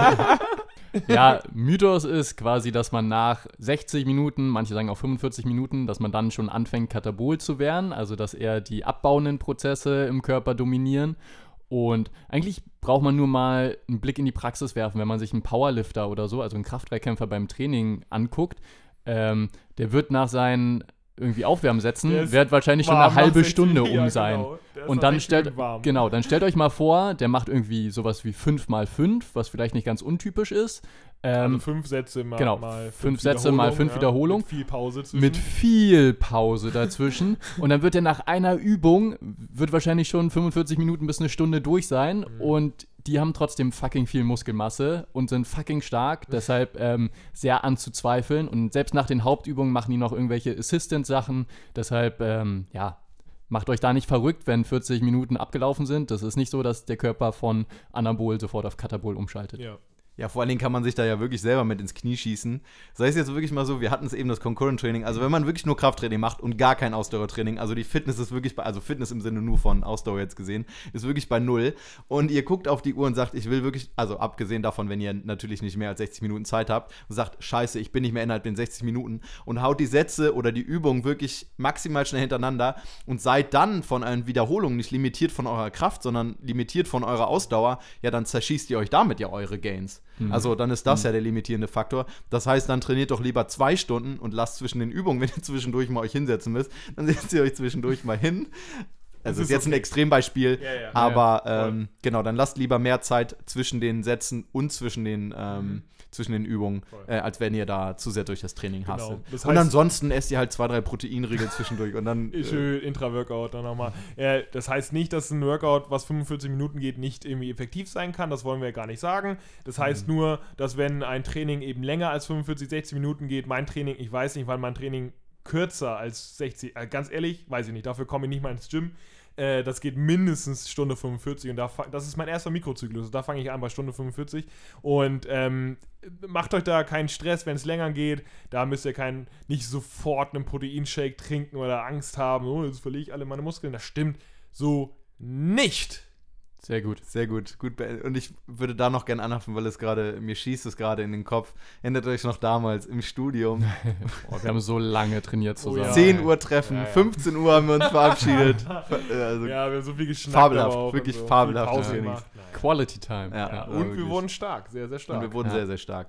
Ja, Mythos ist quasi, dass man nach sechzig Minuten, manche sagen auch fünfundvierzig Minuten, dass man dann schon anfängt, katabol zu werden, also dass eher die abbauenden Prozesse im Körper dominieren. Und eigentlich braucht man nur mal einen Blick in die Praxis werfen, wenn man sich einen Powerlifter oder so, also einen Kraftdreikämpfer beim Training anguckt. Ähm, der wird nach seinen irgendwie Aufwärmsätzen, Der ist wird wahrscheinlich schon warm eine halbe nach sechzig, Stunde um ja, sein. genau. Der ist Und nach dann sechzig stellt, Minuten warm. genau, dann stellt euch mal vor, der macht irgendwie sowas wie fünf mal fünf, was vielleicht nicht ganz untypisch ist. Ähm, Also fünf Sätze mal, genau, mal fünf Sätze mal fünf Wiederholungen. Mit viel Pause zwischen. mit viel Pause dazwischen. Und dann wird er nach einer Übung, wird wahrscheinlich schon fünfundvierzig Minuten bis eine Stunde durch sein. Mhm. Und die haben trotzdem fucking viel Muskelmasse und sind fucking stark. Deshalb ähm, sehr anzuzweifeln. Und selbst nach den Hauptübungen machen die noch irgendwelche Assistant-Sachen. Deshalb, ähm, ja, macht euch da nicht verrückt, wenn vierzig Minuten abgelaufen sind. Das ist nicht so, dass der Körper von Anabol sofort auf Katabol umschaltet. Ja. Ja, vor allen Dingen kann man sich da ja wirklich selber mit ins Knie schießen. Sei es jetzt wirklich mal so, wir hatten es eben, das Concurrent Training, also wenn man wirklich nur Krafttraining macht und gar kein Ausdauertraining, also die Fitness ist wirklich bei, also Fitness im Sinne nur von Ausdauer jetzt gesehen, ist wirklich bei null und ihr guckt auf die Uhr und sagt, ich will wirklich, also abgesehen davon, wenn ihr natürlich nicht mehr als sechzig Minuten Zeit habt, und sagt, scheiße, ich bin nicht mehr innerhalb den sechzig Minuten und haut die Sätze oder die Übungen wirklich maximal schnell hintereinander und seid dann von euren Wiederholungen nicht limitiert von eurer Kraft, sondern limitiert von eurer Ausdauer, ja, dann zerschießt ihr euch damit ja eure Gains. Mhm. Also dann ist das mhm. ja der limitierende Faktor. Das heißt, dann trainiert doch lieber zwei Stunden und lasst zwischen den Übungen, wenn ihr zwischendurch mal euch hinsetzen müsst, dann setzt ihr euch zwischendurch mal hin. Also das ist jetzt okay. Ein Extrembeispiel, ja, ja. aber ja, ähm, genau, dann lasst lieber mehr Zeit zwischen den Sätzen und zwischen den, ähm, mhm. zwischen den Übungen, äh, als wenn ihr da zu sehr durch das Training genau. hasselt. Das heißt, und ansonsten esst ihr halt zwei, drei Proteinriegel zwischendurch und dann äh, schön Intra-Workout dann nochmal. Ja, das heißt nicht, dass ein Workout, was fünfundvierzig Minuten geht, nicht irgendwie effektiv sein kann. Das wollen wir ja gar nicht sagen. Das heißt mhm. nur, dass wenn ein Training eben länger als fünfundvierzig, sechzig Minuten geht, mein Training, ich weiß nicht, weil mein Training kürzer als sechzig, äh, ganz ehrlich, weiß ich nicht, dafür komme ich nicht mal ins Gym. Äh, das geht mindestens Stunde fünfundvierzig und da fa- das ist mein erster Mikrozyklus. Da fange ich an bei Stunde fünfundvierzig und ähm, macht euch da keinen Stress, wenn es länger geht. Da müsst ihr kein, nicht sofort einen Proteinshake trinken oder Angst haben, oh, jetzt verliere ich alle meine Muskeln. Das stimmt so nicht. Sehr gut. Sehr gut. gut. Und ich würde da noch gerne anhaften, weil es gerade, mir schießt es gerade in den Kopf. Erinnert euch noch damals im Studium. Oh, wir haben so lange trainiert zusammen. Oh ja. zehn Uhr Treffen, Ja, ja. fünfzehn Uhr haben wir uns verabschiedet. Also Ja, wir haben so viel geschnackt. fabelhaft, aber auch wirklich und so. fabelhaft. Viel Pause Ja. gemacht. Naja. Quality Time. Ja. Ja, und wirklich. wir wurden stark, sehr, sehr stark. Und wir wurden Ja. sehr, sehr stark. Ja. Ja.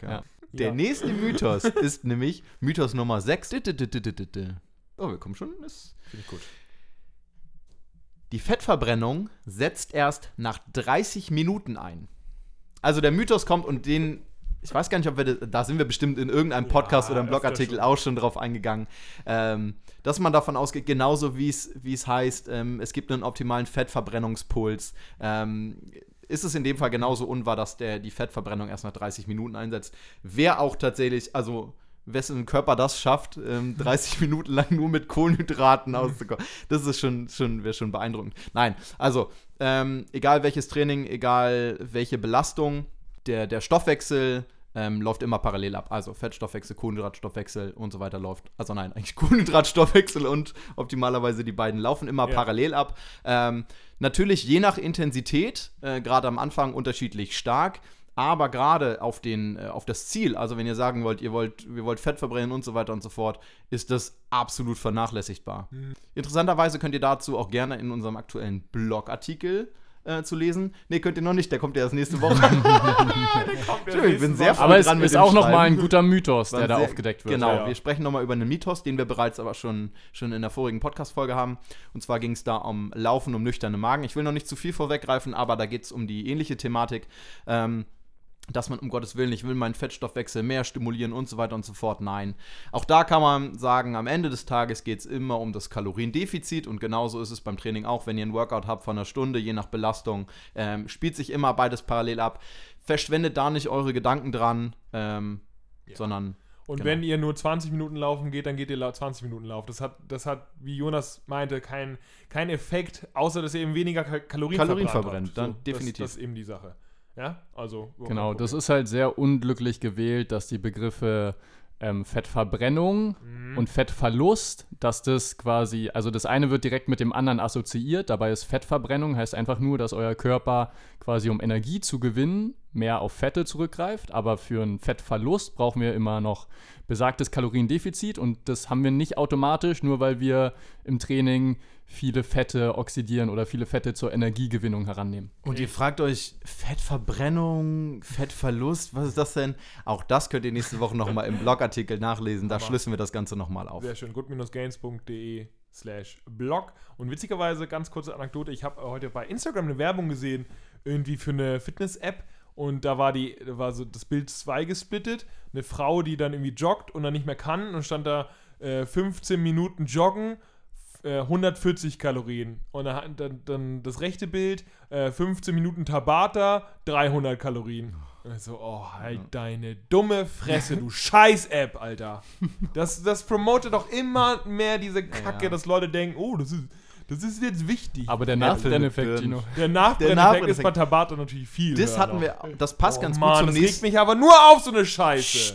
Der Ja. nächste Mythos ist nämlich Mythos Nummer sechs. Oh, wir kommen schon. Das Finde ich gut. Die Fettverbrennung setzt erst nach dreißig Minuten ein. Also der Mythos kommt und den, ich weiß gar nicht, ob wir, das, da sind wir bestimmt in irgendeinem Podcast Ja, oder einem Blogartikel schon. auch schon drauf eingegangen, ähm, dass man davon ausgeht, genauso wie es wie es heißt, ähm, es gibt einen optimalen Fettverbrennungspuls, ähm, ist es in dem Fall genauso unwahr, dass der die Fettverbrennung erst nach dreißig Minuten einsetzt. Wer auch tatsächlich, also wessen Körper das schafft, ähm, dreißig Minuten lang nur mit Kohlenhydraten auszukommen, das ist schon, schon, wäre schon beeindruckend. Nein, also, ähm, egal welches Training, egal welche Belastung, der, der Stoffwechsel ähm, läuft immer parallel ab. Also Fettstoffwechsel, Kohlenhydratstoffwechsel und so weiter läuft. Also nein, eigentlich Kohlenhydratstoffwechsel und optimalerweise die beiden laufen immer Ja. parallel ab. Ähm, natürlich je nach Intensität, äh, gerade am Anfang unterschiedlich stark. Aber gerade auf, den, äh, auf das Ziel, also wenn ihr sagen wollt, ihr wollt, ihr wollt Fett verbrennen und so weiter und so fort, ist das absolut vernachlässigbar. Mhm. Interessanterweise könnt ihr dazu auch gerne in unserem aktuellen Blogartikel äh, zu lesen. Ne, könnt ihr noch nicht, der kommt ja erst nächste Woche. Entschuldigung, ich bin sehr früh Aber es dran mit ist dem auch nochmal Schreiben. ein guter Mythos, War der da sehr- aufgedeckt wird. Genau, Ja. wir sprechen nochmal über einen Mythos, den wir bereits aber schon, schon in der vorigen Podcast-Folge haben. Und zwar ging es da um Laufen, um nüchterne Magen. Ich will noch nicht zu viel vorweggreifen, aber da geht es um die ähnliche Thematik. Ähm, dass man um Gottes Willen, ich will meinen Fettstoffwechsel mehr stimulieren und so weiter und so fort. Nein. Auch da kann man sagen, am Ende des Tages geht es immer um das Kaloriendefizit und genauso ist es beim Training auch, wenn ihr einen Workout habt von einer Stunde, je nach Belastung, ähm, spielt sich immer beides parallel ab. Verschwendet da nicht eure Gedanken dran, ähm, Ja. sondern Und Genau. wenn ihr nur zwanzig Minuten laufen geht, dann geht ihr lau- zwanzig Minuten laufen. Das hat, das hat, wie Jonas meinte, keinen kein Effekt, außer dass ihr eben weniger Ka- Kalorien, Kalorien verbrannt verbrennt, habt. dann das, definitiv. Das ist eben die Sache. Ja, also. Genau, das ist halt sehr unglücklich gewählt, dass die Begriffe ähm, Fettverbrennung Mhm. und Fettverlust, dass das quasi, also das eine wird direkt mit dem anderen assoziiert, dabei ist Fettverbrennung, heißt einfach nur, dass euer Körper quasi um Energie zu gewinnen, mehr auf Fette zurückgreift, aber für einen Fettverlust brauchen wir immer noch besagtes Kaloriendefizit und das haben wir nicht automatisch, nur weil wir im Training viele Fette oxidieren oder viele Fette zur Energiegewinnung herannehmen. Und ihr fragt euch, Fettverbrennung, Fettverlust, was ist das denn? Auch das könnt ihr nächste Woche nochmal im Blogartikel nachlesen. Da Aber- schlüsseln wir das Ganze nochmal auf. Sehr schön. good-gains.de slash blog. Und witzigerweise, ganz kurze Anekdote, ich habe heute bei Instagram eine Werbung gesehen, irgendwie für eine Fitness-App. Und da war die, da war so das Bild zwei gesplittet. Eine Frau, die dann irgendwie joggt und dann nicht mehr kann. Und stand da äh, fünfzehn Minuten joggen, f- äh, hundertvierzig Kalorien. Und dann, dann, dann das rechte Bild, äh, fünfzehn Minuten Tabata, dreihundert Kalorien. Und so, oh, halt deine dumme Fresse, du Scheiß-App, Alter. Das, das promotet doch immer mehr diese Kacke, Ja. dass Leute denken, oh, das ist, das ist jetzt wichtig. Aber der Äpfel mit Nachbrenneffekt, Birnen. Gino. der Nachbrenneffekt Nachbrenneffekt. ist bei Tabata natürlich viel. Das höher hatten noch. wir, das passt oh, ganz Mann, gut zum das regt nächsten. mich aber nur auf, so eine Scheiße.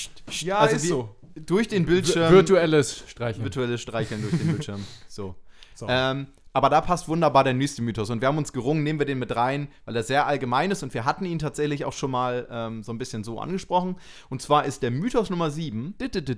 Ja, Also ist wir- so. Durch den Bildschirm. Virtuelles Streichen. Virtuelles Streicheln durch den Bildschirm. So. so. Ähm, aber da passt wunderbar der nächste Mythos. Und wir haben uns gerungen, nehmen wir den mit rein, weil er sehr allgemein ist. Und wir hatten ihn tatsächlich auch schon mal ähm, so ein bisschen so angesprochen. Und zwar ist der Mythos Nummer sieben.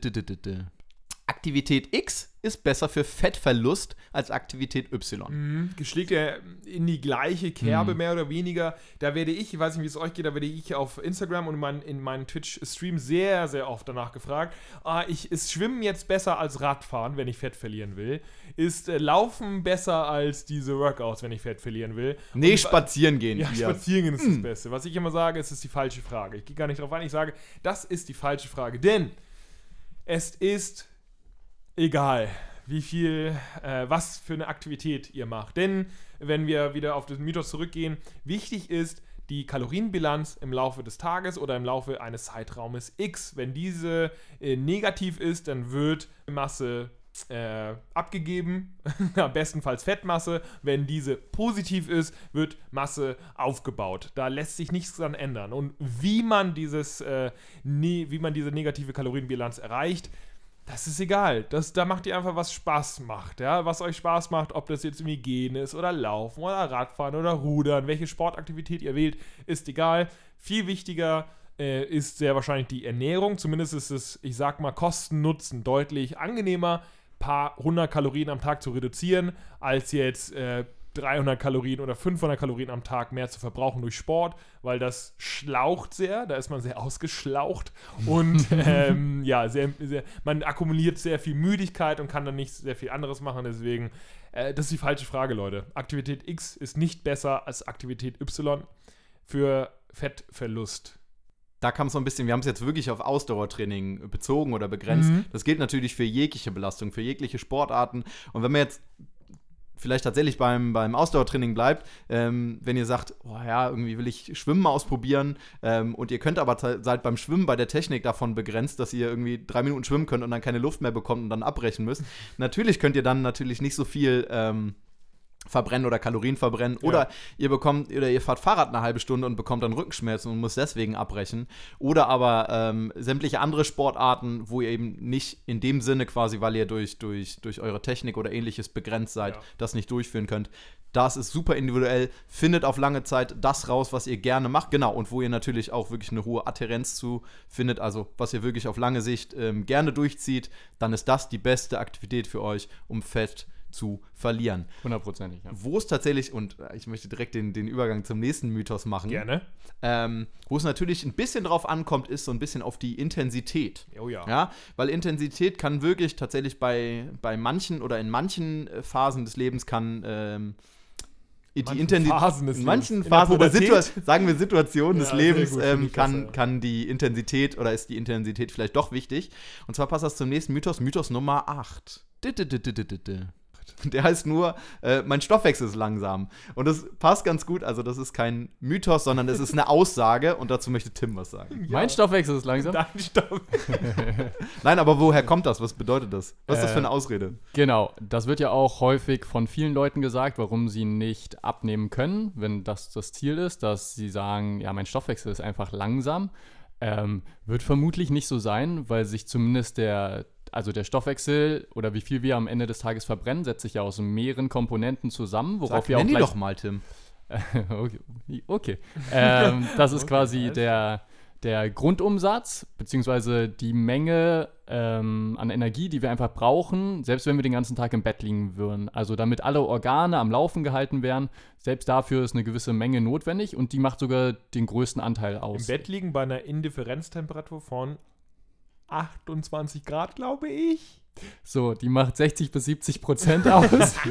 Aktivität X ist besser für Fettverlust als Aktivität Y. Mhm. Geschlägt er in die gleiche Kerbe, Mhm. mehr oder weniger. Da werde ich, ich weiß nicht, wie es euch geht, da werde ich auf Instagram und in meinen, in meinen Twitch-Stream sehr, sehr oft danach gefragt. Ah, ich, ist Schwimmen jetzt besser als Radfahren, wenn ich Fett verlieren will? Ist äh, Laufen besser als diese Workouts, wenn ich Fett verlieren will? Nee, Und- spazieren gehen. Ja, ihr. spazieren gehen ist Hm. das Beste. Was ich immer sage, ist, es ist die falsche Frage. Ich gehe gar nicht drauf ein, ich sage, das ist die falsche Frage. Denn es ist egal, wie viel, äh, was für eine Aktivität ihr macht. Denn, wenn wir wieder auf den Mythos zurückgehen, wichtig ist die Kalorienbilanz im Laufe des Tages oder im Laufe eines Zeitraumes X. Wenn diese äh, negativ ist, dann wird Masse äh, abgegeben, bestenfalls Fettmasse. Wenn diese positiv ist, wird Masse aufgebaut. Da lässt sich nichts dran ändern. Und wie man, dieses, äh, ne, wie man diese negative Kalorienbilanz erreicht, das ist egal. Das, da macht ihr einfach, was Spaß macht. Ja? Was euch Spaß macht, ob das jetzt irgendwie Gehen ist oder Laufen oder Radfahren oder Rudern. Welche Sportaktivität ihr wählt, ist egal. Viel wichtiger äh, ist sehr wahrscheinlich die Ernährung. Zumindest ist es, ich sag mal, Kosten-Nutzen deutlich angenehmer, paar hundert Kalorien am Tag zu reduzieren, als jetzt äh, dreihundert Kalorien oder fünfhundert Kalorien am Tag mehr zu verbrauchen durch Sport, weil das schlaucht sehr, da ist man sehr ausgeschlaucht und ähm, ja, sehr, sehr, man akkumuliert sehr viel Müdigkeit und kann dann nicht sehr viel anderes machen, deswegen, äh, das ist die falsche Frage, Leute. Aktivität X ist nicht besser als Aktivität Y für Fettverlust. Da kam es so ein bisschen, wir haben es jetzt wirklich auf Ausdauertraining bezogen oder begrenzt. Mhm. Das gilt natürlich für jegliche Belastung, für jegliche Sportarten. Und wenn man jetzt vielleicht tatsächlich beim, beim Ausdauertraining bleibt, ähm, wenn ihr sagt, oh ja, irgendwie will ich Schwimmen ausprobieren ähm, und ihr könnt aber te- seid beim Schwimmen bei der Technik davon begrenzt, dass ihr irgendwie drei Minuten schwimmen könnt und dann keine Luft mehr bekommt und dann abbrechen müsst. Natürlich könnt ihr dann natürlich nicht so viel ähm, verbrennen oder Kalorien verbrennen. Ja. Oder ihr bekommt, oder ihr fahrt Fahrrad eine halbe Stunde und bekommt dann Rückenschmerzen und muss deswegen abbrechen. Oder aber ähm, sämtliche andere Sportarten, wo ihr eben nicht in dem Sinne quasi, weil ihr durch, durch, durch eure Technik oder ähnliches begrenzt seid, Ja. das nicht durchführen könnt. Das ist super individuell. Findet auf lange Zeit das raus, was ihr gerne macht. Genau, und wo ihr natürlich auch wirklich eine hohe Adhärenz zu findet, also was ihr wirklich auf lange Sicht ähm, gerne durchzieht, dann ist das die beste Aktivität für euch, um Fett zu verlieren. Hundertprozentig, ja. Wo es tatsächlich, und ich möchte direkt den, den Übergang zum nächsten Mythos machen, Gerne. ähm, wo es natürlich ein bisschen drauf ankommt, ist so ein bisschen auf die Intensität. Oh ja. Ja, weil Intensität kann wirklich tatsächlich bei, bei manchen oder in manchen äh, Phasen des Lebens kann ähm, die manchen Intensität, Phasen des in manchen Lebens. In der Phasen oder Pubertät? Situa- sagen wir Situationen Ja, des sehr Lebens gut, finde ähm, ich kann, besser. kann die Intensität oder ist die Intensität vielleicht doch wichtig. Und zwar passt das zum nächsten Mythos, Mythos Nummer acht. Der heißt nur, äh, mein Stoffwechsel ist langsam. Und das passt ganz gut, also das ist kein Mythos, sondern es ist eine Aussage und dazu möchte Tim was sagen. Mein Stoffwechsel ist langsam. Dein Stoff. Nein, aber woher kommt das? Was bedeutet das? Was ist das Äh, für eine Ausrede? Genau, das wird ja auch häufig von vielen Leuten gesagt, warum sie nicht abnehmen können, wenn das das Ziel ist, dass sie sagen, ja, mein Stoffwechsel ist einfach langsam. Ähm, wird vermutlich nicht so sein, weil sich zumindest der, also der Stoffwechsel oder wie viel wir am Ende des Tages verbrennen, setzt sich ja aus mehreren Komponenten zusammen, worauf Sag, wir auch nenn die gleich doch mal, Tim. okay. okay. Ähm, das ist Okay, quasi nice. der, der Grundumsatz, beziehungsweise die Menge ähm, an Energie, die wir einfach brauchen, selbst wenn wir den ganzen Tag im Bett liegen würden. Also damit alle Organe am Laufen gehalten werden, selbst dafür ist eine gewisse Menge notwendig und die macht sogar den größten Anteil aus. Im Bett liegen bei einer Indifferenztemperatur von achtundzwanzig Grad, glaube ich. So, die macht sechzig bis siebzig Prozent aus.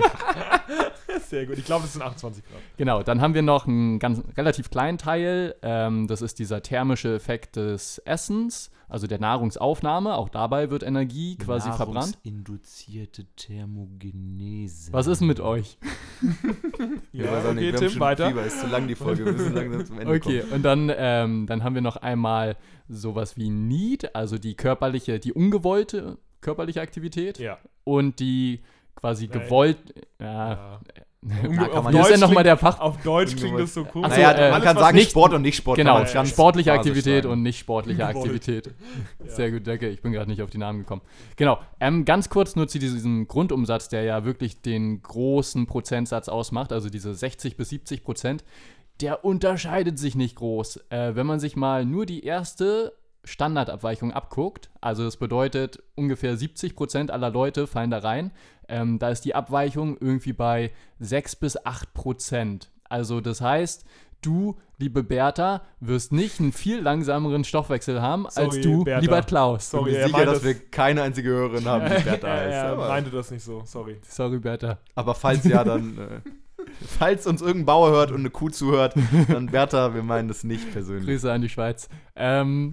Sehr gut. Ich glaube, es sind achtundzwanzig Grad. Genau, dann haben wir noch einen ganz relativ kleinen Teil. Ähm, das ist dieser thermische Effekt des Essens, also der Nahrungsaufnahme. Auch dabei wird Energie quasi verbrannt. Induzierte Thermogenese. Was ist denn mit euch? Ja, weiß auch nicht, okay, wir haben Tim, schon weiter. Fieber, ist zu lang die Folge, wir müssen langsam zum Ende Okay, kommen. und dann, ähm, dann haben wir noch einmal sowas wie Need, also die körperliche, die ungewollte körperliche Aktivität Ja. und die quasi Nein. gewollt. Ja, ja. Da kann man hier ist ja Deutsch nochmal der klingt- Fach. Auf Deutsch klingt das so cool. Ach so, Naja, äh, man kann was sagen nicht- Sport und nicht Sport. Genau, kann man ganz sportliche basisch Aktivität sagen. und nicht sportliche Gewollt. Aktivität. Sehr gut, danke. Ich bin gerade nicht auf die Namen gekommen. Genau, ähm, ganz kurz nur zu diesem Grundumsatz, der ja wirklich den großen Prozentsatz ausmacht, also diese sechzig bis siebzig Prozent, der unterscheidet sich nicht groß. Äh, wenn man sich mal nur die erste Standardabweichung abguckt, also das bedeutet, ungefähr siebzig Prozent aller Leute fallen da rein, ähm, da ist die Abweichung irgendwie bei sechs bis acht Prozent. Also das heißt, du, liebe Bertha, wirst nicht einen viel langsameren Stoffwechsel haben, als Sorry, du, Bertha. lieber Klaus. Ich bin Sorry, mir er sicher, meint dass das- wir keine einzige Hörerin haben, die Bertha heißt. Er aber, meinte das nicht so, sorry. Sorry, Bertha. aber falls ja, dann äh, falls uns irgendein Bauer hört und eine Kuh zuhört, dann Bertha, wir meinen das nicht persönlich. Grüße an die Schweiz. Ähm,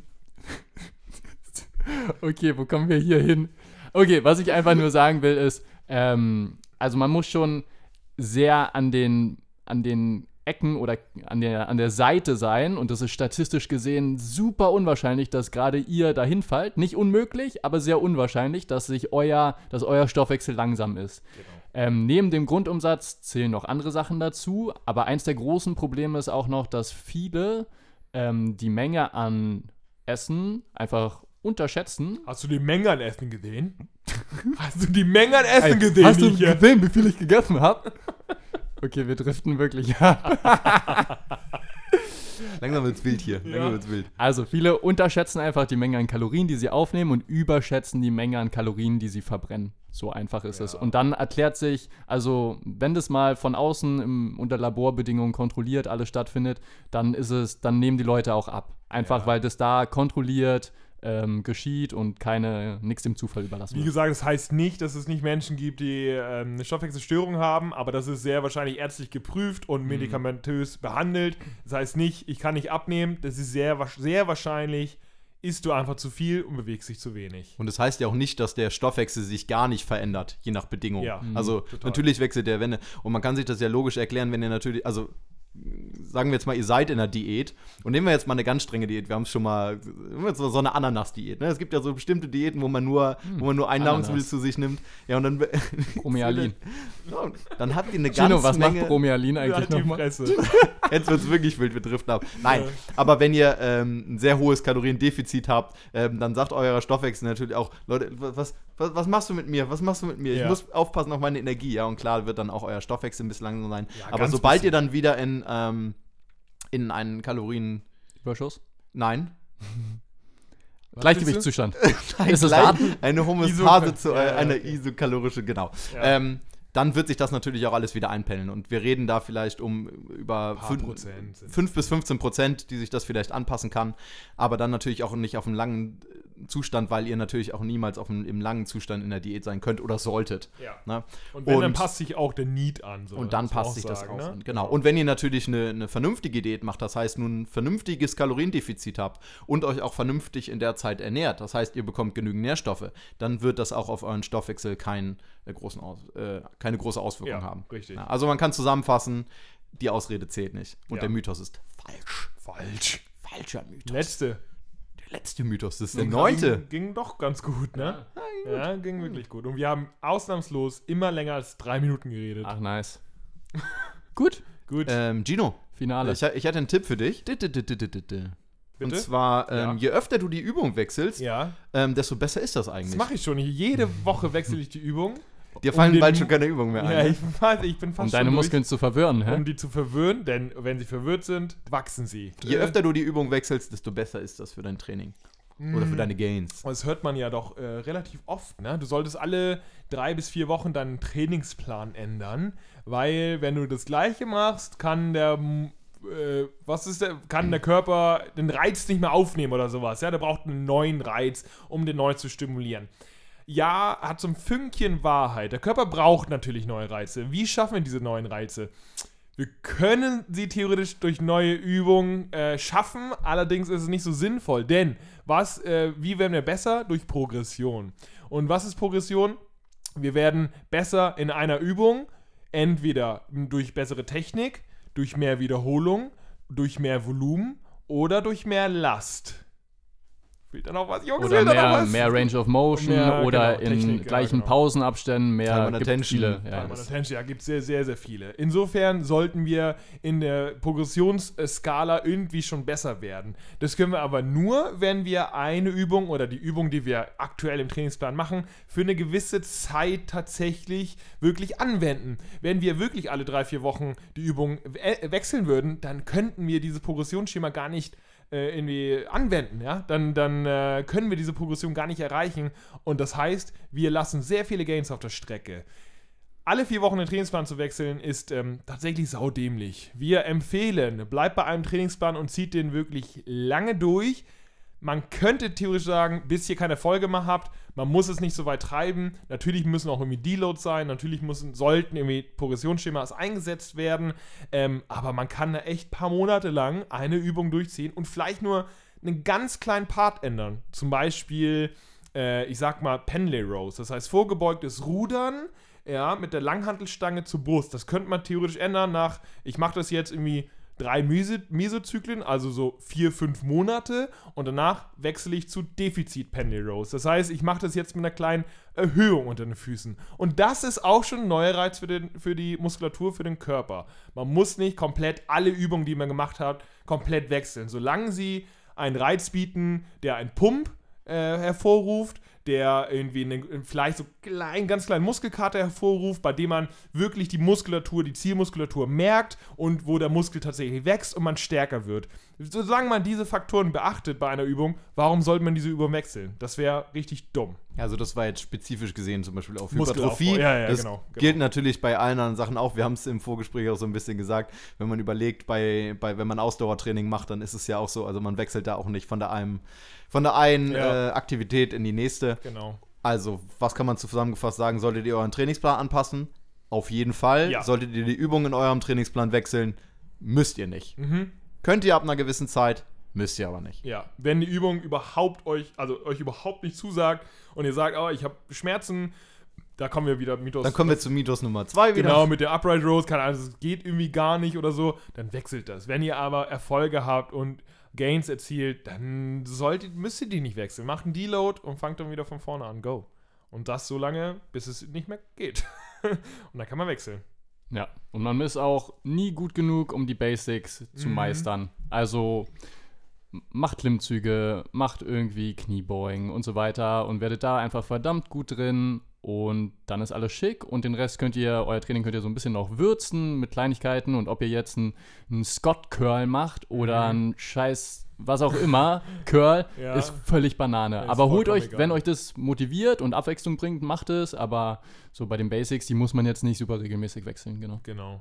okay, wo kommen wir hier hin? Okay, was ich einfach nur sagen will, ist, ähm, also man muss schon sehr an den, an den Ecken oder an der, an der Seite sein und das ist statistisch gesehen super unwahrscheinlich, dass gerade ihr dahin fallt. Nicht unmöglich, aber sehr unwahrscheinlich, dass sich euer, dass euer Stoffwechsel langsam ist. Genau. Ähm, neben dem Grundumsatz zählen noch andere Sachen dazu, aber eins der großen Probleme ist auch noch, dass viele ähm, die Menge an Essen einfach unterschätzen. Hast du die Menge an Essen gesehen? Hast du die Menge an Essen gesehen? Hast du die ich, äh, gesehen, wie viel ich gegessen habe? Okay, wir driften wirklich ab. Langsam wird's wild hier. Ja. Langsam wird's wild. Also viele unterschätzen einfach die Menge an Kalorien, die sie aufnehmen und überschätzen die Menge an Kalorien, die sie verbrennen. So einfach ist Ja. es. Und dann erklärt sich, also wenn das mal von außen im, unter Laborbedingungen kontrolliert alles stattfindet, dann ist es, dann nehmen die Leute auch ab. Einfach Ja. weil das da kontrolliert ähm, geschieht und keine nichts dem Zufall überlassen Wie wird. gesagt, das heißt nicht, dass es nicht Menschen gibt, die ähm, eine Stoffwechselstörung haben, aber das ist sehr wahrscheinlich ärztlich geprüft und medikamentös behandelt. Das heißt nicht, ich kann nicht abnehmen, das ist sehr, wa- sehr wahrscheinlich, isst du einfach zu viel und bewegst dich zu wenig. Und das heißt ja auch nicht, dass der Stoffwechsel sich gar nicht verändert, je nach Bedingung. Ja, also total. natürlich wechselt der, wenn und man kann sich das ja logisch erklären, wenn ihr natürlich, also sagen wir jetzt mal, ihr seid in einer Diät und nehmen wir jetzt mal eine ganz strenge Diät, wir haben es schon mal, so so eine Ananas-Diät, ne? Es gibt ja so bestimmte Diäten, wo man nur, wo man nur ein Ananas. Nahrungsmittel zu sich nimmt. Ja, und dann Bromealin. Ja, dann habt ihr eine ganze Gino, was Menge. macht Bromealin Halt eigentlich die nochmal? Fresse. Jetzt wird es wirklich wild, wir driften ab. Nein, Ja. aber wenn ihr ähm, ein sehr hohes Kaloriendefizit habt, ähm, dann sagt euer Stoffwechsel natürlich auch, Leute, was, was, was machst du mit mir? Was machst du mit mir? Ja. Ich muss aufpassen auf meine Energie. Ja, und klar wird dann auch euer Stoffwechsel ein bisschen langsam sein. Ja, aber ganz sobald bisschen. ihr dann wieder in, ähm, in einen Kalorien... Überschuss? Nein. Gleichgewichtszustand. Ein Ist es Gleich- Warten? Eine Homöostase Iso- zu ja, ja, einer okay. isokalorische, genau. Ja. Ähm, dann wird sich das natürlich auch alles wieder einpendeln. Und wir reden da vielleicht um über Paar fün- Prozent sind- fünf bis fünfzehn Prozent, die sich das vielleicht anpassen kann. Aber dann natürlich auch nicht auf einen langen Zustand, weil ihr natürlich auch niemals auf einem, im langen Zustand in der Diät sein könnt oder solltet. Ja. Ne? Und wenn, dann Und- passt sich auch der Need an. So, Und dann muss man passt sich das sagen, auch ne? an. Genau. Und wenn ihr natürlich eine, eine vernünftige Diät macht, das heißt nun ein vernünftiges Kaloriendefizit habt und euch auch vernünftig in der Zeit ernährt, das heißt, ihr bekommt genügend Nährstoffe, dann wird das auch auf euren Stoffwechsel kein, äh, großen Aus, äh, keine große Auswirkung Ja, haben. richtig. Ja, also man kann zusammenfassen, die Ausrede zählt nicht. Und Ja. der Mythos ist falsch. Falsch. Falscher Mythos. Letzte. der letzte Mythos, das ist der Ging- neunte. Ging, ging doch ganz gut, ne? Ja, ging wirklich gut. Und wir haben ausnahmslos immer länger als drei Minuten geredet. Ach, nice. Gut, Gut. Ähm, Gino, Finale. ich, ich hatte einen Tipp für dich. Und Bitte? zwar, ähm, Ja. je öfter du die Übung wechselst, Ja, ähm, desto besser ist das das eigentlich. mache ich schon. Jede Woche wechsle ich die Übung. Dir fallen um bald den- schon keine Übungen mehr Ja, ein. ich, weiß, ich bin fast um deine schon Muskeln zu verwirren, durch, hä? um die zu verwirren, denn wenn sie verwirrt sind, wachsen sie. Je Äh, öfter du die Übung wechselst, desto besser ist das für dein Training. Oder für deine Gains. Das hört man ja doch äh, relativ oft, ne? Du solltest alle drei bis vier Wochen deinen Trainingsplan ändern, weil wenn du das Gleiche machst, kann der m, äh, was ist der, kann der Körper den Reiz nicht mehr aufnehmen oder sowas, ja? Der braucht einen neuen Reiz, um den neu zu stimulieren. Ja, hat so ein Fünkchen Wahrheit. Der Körper braucht natürlich neue Reize. Wie schaffen wir diese neuen Reize? Wir können sie theoretisch durch neue Übungen äh, schaffen, allerdings ist es nicht so sinnvoll, denn was, äh, wie werden wir besser? Durch Progression. Und was ist Progression? Wir werden besser in einer Übung, entweder durch bessere Technik, durch mehr Wiederholung, durch mehr Volumen oder durch mehr Last. Fehlt da noch was? Jungs, Oder fehlt da noch mehr, was? mehr Range of Motion Mehr, oder genau, in Technik, ja, gleichen genau. Pausenabständen, mehr Time and gibt Attention. viele. Ja, Ja, man das- Attention, ja, gibt es sehr, sehr, sehr viele. Insofern sollten wir in der Progressionsskala irgendwie schon besser werden. Das können wir aber nur, wenn wir eine Übung oder die Übung, die wir aktuell im Trainingsplan machen, für eine gewisse Zeit tatsächlich wirklich anwenden. Wenn wir wirklich alle drei, vier Wochen die Übung we wechseln würden, dann könnten wir dieses Progressionsschema gar nicht äh, irgendwie anwenden, ja, dann, dann äh, können wir diese Progression gar nicht erreichen und das heißt, wir lassen sehr viele Gains auf der Strecke. Alle vier Wochen den Trainingsplan zu wechseln ist ähm, tatsächlich saudämlich. Wir empfehlen, bleibt bei einem Trainingsplan und zieht den wirklich lange durch. Man könnte theoretisch sagen, bis ihr keine Erfolge mehr habt, man muss es nicht so weit treiben. Natürlich müssen auch irgendwie Deloads sein, natürlich müssen, sollten irgendwie Progressionsschemas eingesetzt werden, ähm, aber man kann da echt ein paar Monate lang eine Übung durchziehen und vielleicht nur einen ganz kleinen Part ändern. Zum Beispiel, äh, ich sag mal, Pendlay Rows, das heißt vorgebeugtes Rudern, ja, mit der Langhantelstange zur Brust. Das könnte man theoretisch ändern nach, ich mache das jetzt irgendwie drei Meso- Mesozyklen, also so vier, fünf Monate und danach wechsle ich zu Defizit-Pendlay Rows. Das heißt, ich mache das jetzt mit einer kleinen Erhöhung unter den Füßen. Und das ist auch schon ein neuer Reiz für, den, für die Muskulatur, für den Körper. Man muss nicht komplett alle Übungen, die man gemacht hat, komplett wechseln. Solange sie einen Reiz bieten, der einen Pump äh, hervorruft, der irgendwie einen, vielleicht so klein, ganz kleinen Muskelkater hervorruft, bei dem man wirklich die Muskulatur, die Zielmuskulatur merkt und wo der Muskel tatsächlich wächst und man stärker wird. solange man diese Faktoren beachtet bei einer Übung, warum sollte man diese Übung wechseln? Das wäre richtig dumm. Also das war jetzt spezifisch gesehen zum Beispiel auf Muskelaufbau. Hypertrophie. Ja, ja, das genau, genau. gilt natürlich bei allen anderen Sachen auch. Wir haben es im Vorgespräch auch so ein bisschen gesagt. Wenn man überlegt, bei, bei, wenn man Ausdauertraining macht, dann ist es ja auch so, also man wechselt da auch nicht von der, einem, von der einen Ja. äh, Aktivität in die nächste. Genau. Also, was kann man zusammengefasst sagen? Solltet ihr euren Trainingsplan anpassen? Auf jeden Fall. Ja. Solltet ihr die Übungen in eurem Trainingsplan wechseln? Müsst ihr nicht. Mhm. Könnt ihr ab einer gewissen Zeit, müsst ihr aber nicht. Ja, wenn die Übung überhaupt euch, also euch überhaupt nicht zusagt und ihr sagt, oh, ich habe Schmerzen, da kommen wir wieder Mythos. Dann kommen wir zu Mythos Nummer zwei wieder. Genau, mit der Upright Rows, keine Ahnung, es geht irgendwie gar nicht oder so, dann wechselt das. Wenn ihr aber Erfolge habt und Gains erzielt, dann solltet, müsst ihr die nicht wechseln. Macht einen Deload und fangt dann wieder von vorne an. Go. Und das so lange, bis es nicht mehr geht. Und dann kann man wechseln. Ja, und man ist auch nie gut genug, um die Basics zu Mhm. meistern. Also m- macht Klimmzüge, macht irgendwie Kniebeugen und so weiter und werdet da einfach verdammt gut drin und dann ist alles schick und den Rest könnt ihr, euer Training könnt ihr so ein bisschen noch würzen mit Kleinigkeiten und ob ihr jetzt einen, einen Scott-Curl macht oder einen scheiß, was auch immer, Curl, Ja. ist völlig Banane. Ist Aber holt vollkommen euch, egal. wenn euch das motiviert und Abwechslung bringt, macht es, aber so bei den Basics, die muss man jetzt nicht super regelmäßig wechseln, genau. Genau.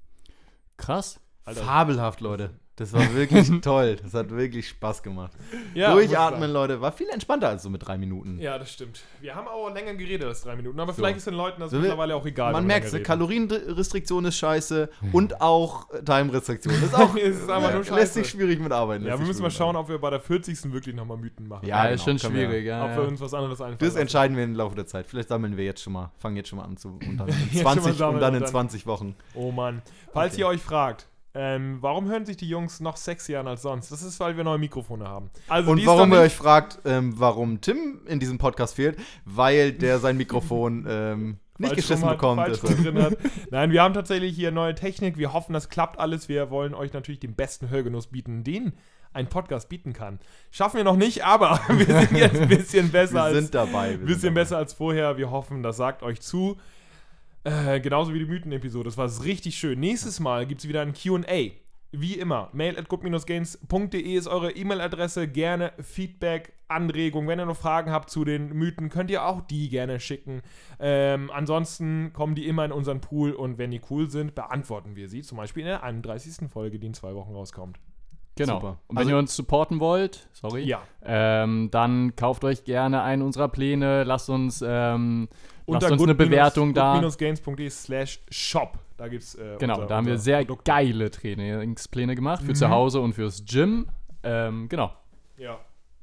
Krass. Alter. Fabelhaft, Leute. Das war wirklich toll. Das hat wirklich Spaß gemacht. Ja, muss Durchatmen, sagen. Leute. War viel entspannter als so mit drei Minuten. Ja, das stimmt. Wir haben auch länger geredet als drei Minuten, aber vielleicht ist den Leuten das So, wir- mittlerweile auch egal. Man wenn wir merkt, länger reden. Kalorienrestriktion ist scheiße und auch Time-Restriktion ist auch Es ist einfach nur lässt scheiße. sich schwierig mit arbeiten. Ja, lässt wir sich müssen mal schwierig schauen, mit ob wir bei der vierzigsten wirklich nochmal Mythen machen. Ja, Ja, ist genau, schon können wir- schwierig, ja. Ob ja. wir uns was anderes einfallen Das lassen. entscheiden wir im Laufe der Zeit. Vielleicht sammeln wir jetzt schon mal, fangen jetzt schon mal an zu und dann in Jetzt schon mal zwanzig, sammeln und dann und in dann- zwanzig Wochen. Oh Mann. Falls Okay. ihr euch fragt, ähm, warum hören sich die Jungs noch sexier an als sonst? Das ist, weil wir neue Mikrofone haben. Also Und dies warum doch ihr nicht- euch fragt, ähm, warum Tim in diesem Podcast fehlt, weil der sein Mikrofon ähm, nicht falsch geschissen rum hat, bekommt. falsch deshalb. rum drin hat. Nein, wir haben tatsächlich hier neue Technik. Wir hoffen, das klappt alles. Wir wollen euch natürlich den besten Hörgenuss bieten, den ein Podcast bieten kann. Schaffen wir noch nicht, aber wir sind jetzt ein bisschen besser Wir als sind dabei. Wir bisschen sind besser als vorher. Wir hoffen, das sagt euch zu. Äh, genauso wie die Mythen-Episode. Das war richtig schön. Nächstes Mal gibt es wieder ein Q und A. Wie immer, mail at good gains punkt de ist eure E-Mail-Adresse. Gerne Feedback, Anregungen. Wenn ihr noch Fragen habt zu den Mythen, könnt ihr auch die gerne schicken. Ähm, ansonsten kommen die immer in unseren Pool und wenn die cool sind, beantworten wir sie. Zum Beispiel in der einunddreißigsten Folge, die in zwei Wochen rauskommt. Genau. Super. Und wenn Also- ihr uns supporten wollt, sorry, Ja. ähm, dann kauft euch gerne einen unserer Pläne, lasst uns, ähm, lasst uns good- eine Bewertung da. good gains punkt de slash shop. Da gibt's äh, Genau, unser- da haben wir unser sehr Produkt. geile Trainingspläne gemacht für Mhm. zu Hause und fürs Gym. Ähm, genau. Ja.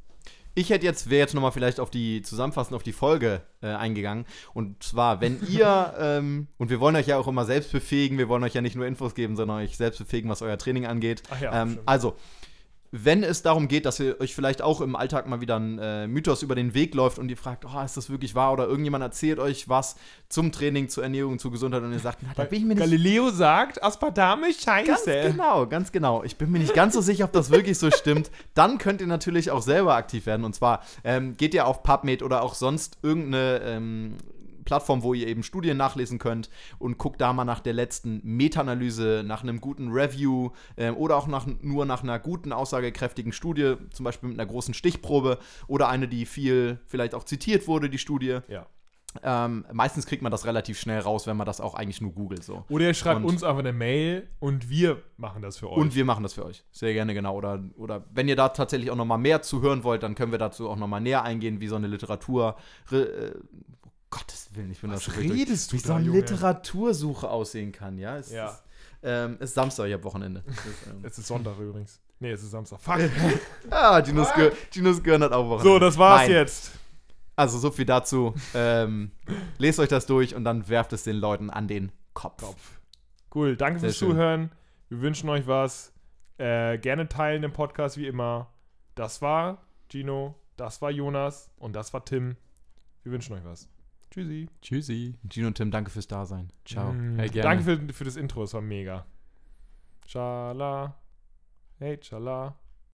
Ich hätte jetzt, wäre jetzt nochmal vielleicht auf die, zusammenfassend auf die Folge äh, eingegangen. Und zwar, wenn ihr, ähm, und wir wollen euch ja auch immer selbst befähigen, wir wollen euch ja nicht nur Infos geben, sondern euch selbst befähigen, was euer Training angeht. Ach ja, ähm, stimmt. also, wenn es darum geht, dass ihr euch vielleicht auch im Alltag mal wieder ein äh, Mythos über den Weg läuft und ihr fragt, oh, ist das wirklich wahr? Oder irgendjemand erzählt euch was zum Training, zur Ernährung, zur Gesundheit und ihr sagt, na, da bin ich mir nicht Galileo sagt, Aspartame ist scheiße. Ganz genau, ganz genau. Ich bin mir nicht ganz so sicher, ob das wirklich so stimmt. Dann könnt ihr natürlich auch selber aktiv werden. Und zwar ähm, geht ihr auf PubMed oder auch sonst irgendeine ähm, Plattform, wo ihr eben Studien nachlesen könnt und guckt da mal nach der letzten Meta-Analyse, nach einem guten Review ähm, oder auch nach, nur nach einer guten, aussagekräftigen Studie, zum Beispiel mit einer großen Stichprobe oder eine, die viel vielleicht auch zitiert wurde, die Studie. Ja. Ähm, meistens kriegt man das relativ schnell raus, wenn man das auch eigentlich nur googelt. So. Oder ihr schreibt Und- uns einfach eine Mail und wir machen das für euch. Und wir machen das für euch. Sehr gerne, genau. Oder, oder wenn ihr da tatsächlich auch noch mal mehr zu hören wollt, dann können wir dazu auch noch mal näher eingehen, wie so eine Literatur. Äh, um Gottes Willen, ich bin Was da schon redest du Wie da, so eine Junge? Literatursuche aussehen kann, ja. Es Ja. ist, ähm, es ist Samstag, ich hab Wochenende. Es ist, ähm, Es ist Sonntag übrigens. Nee, es ist Samstag. Fuck. ah, Dinos Gehirn, Dinos Gehirn hat auch Wochenende. So, das war's Nein. jetzt. Also so viel dazu. ähm, lest euch das durch und dann werft es den Leuten an den Kopf. Kopf. Cool, danke Sehr fürs schön. Zuhören. Wir wünschen euch was. Äh, gerne teilen den Podcast wie immer. Das war Gino, das war Jonas und das war Tim. Wir wünschen euch was. Tschüssi. Tschüssi. Gino und Tim, danke fürs Dasein. Ciao. Mm, Hey, gerne. danke für, für das Intro, es war mega. Schala. Hey, Schala.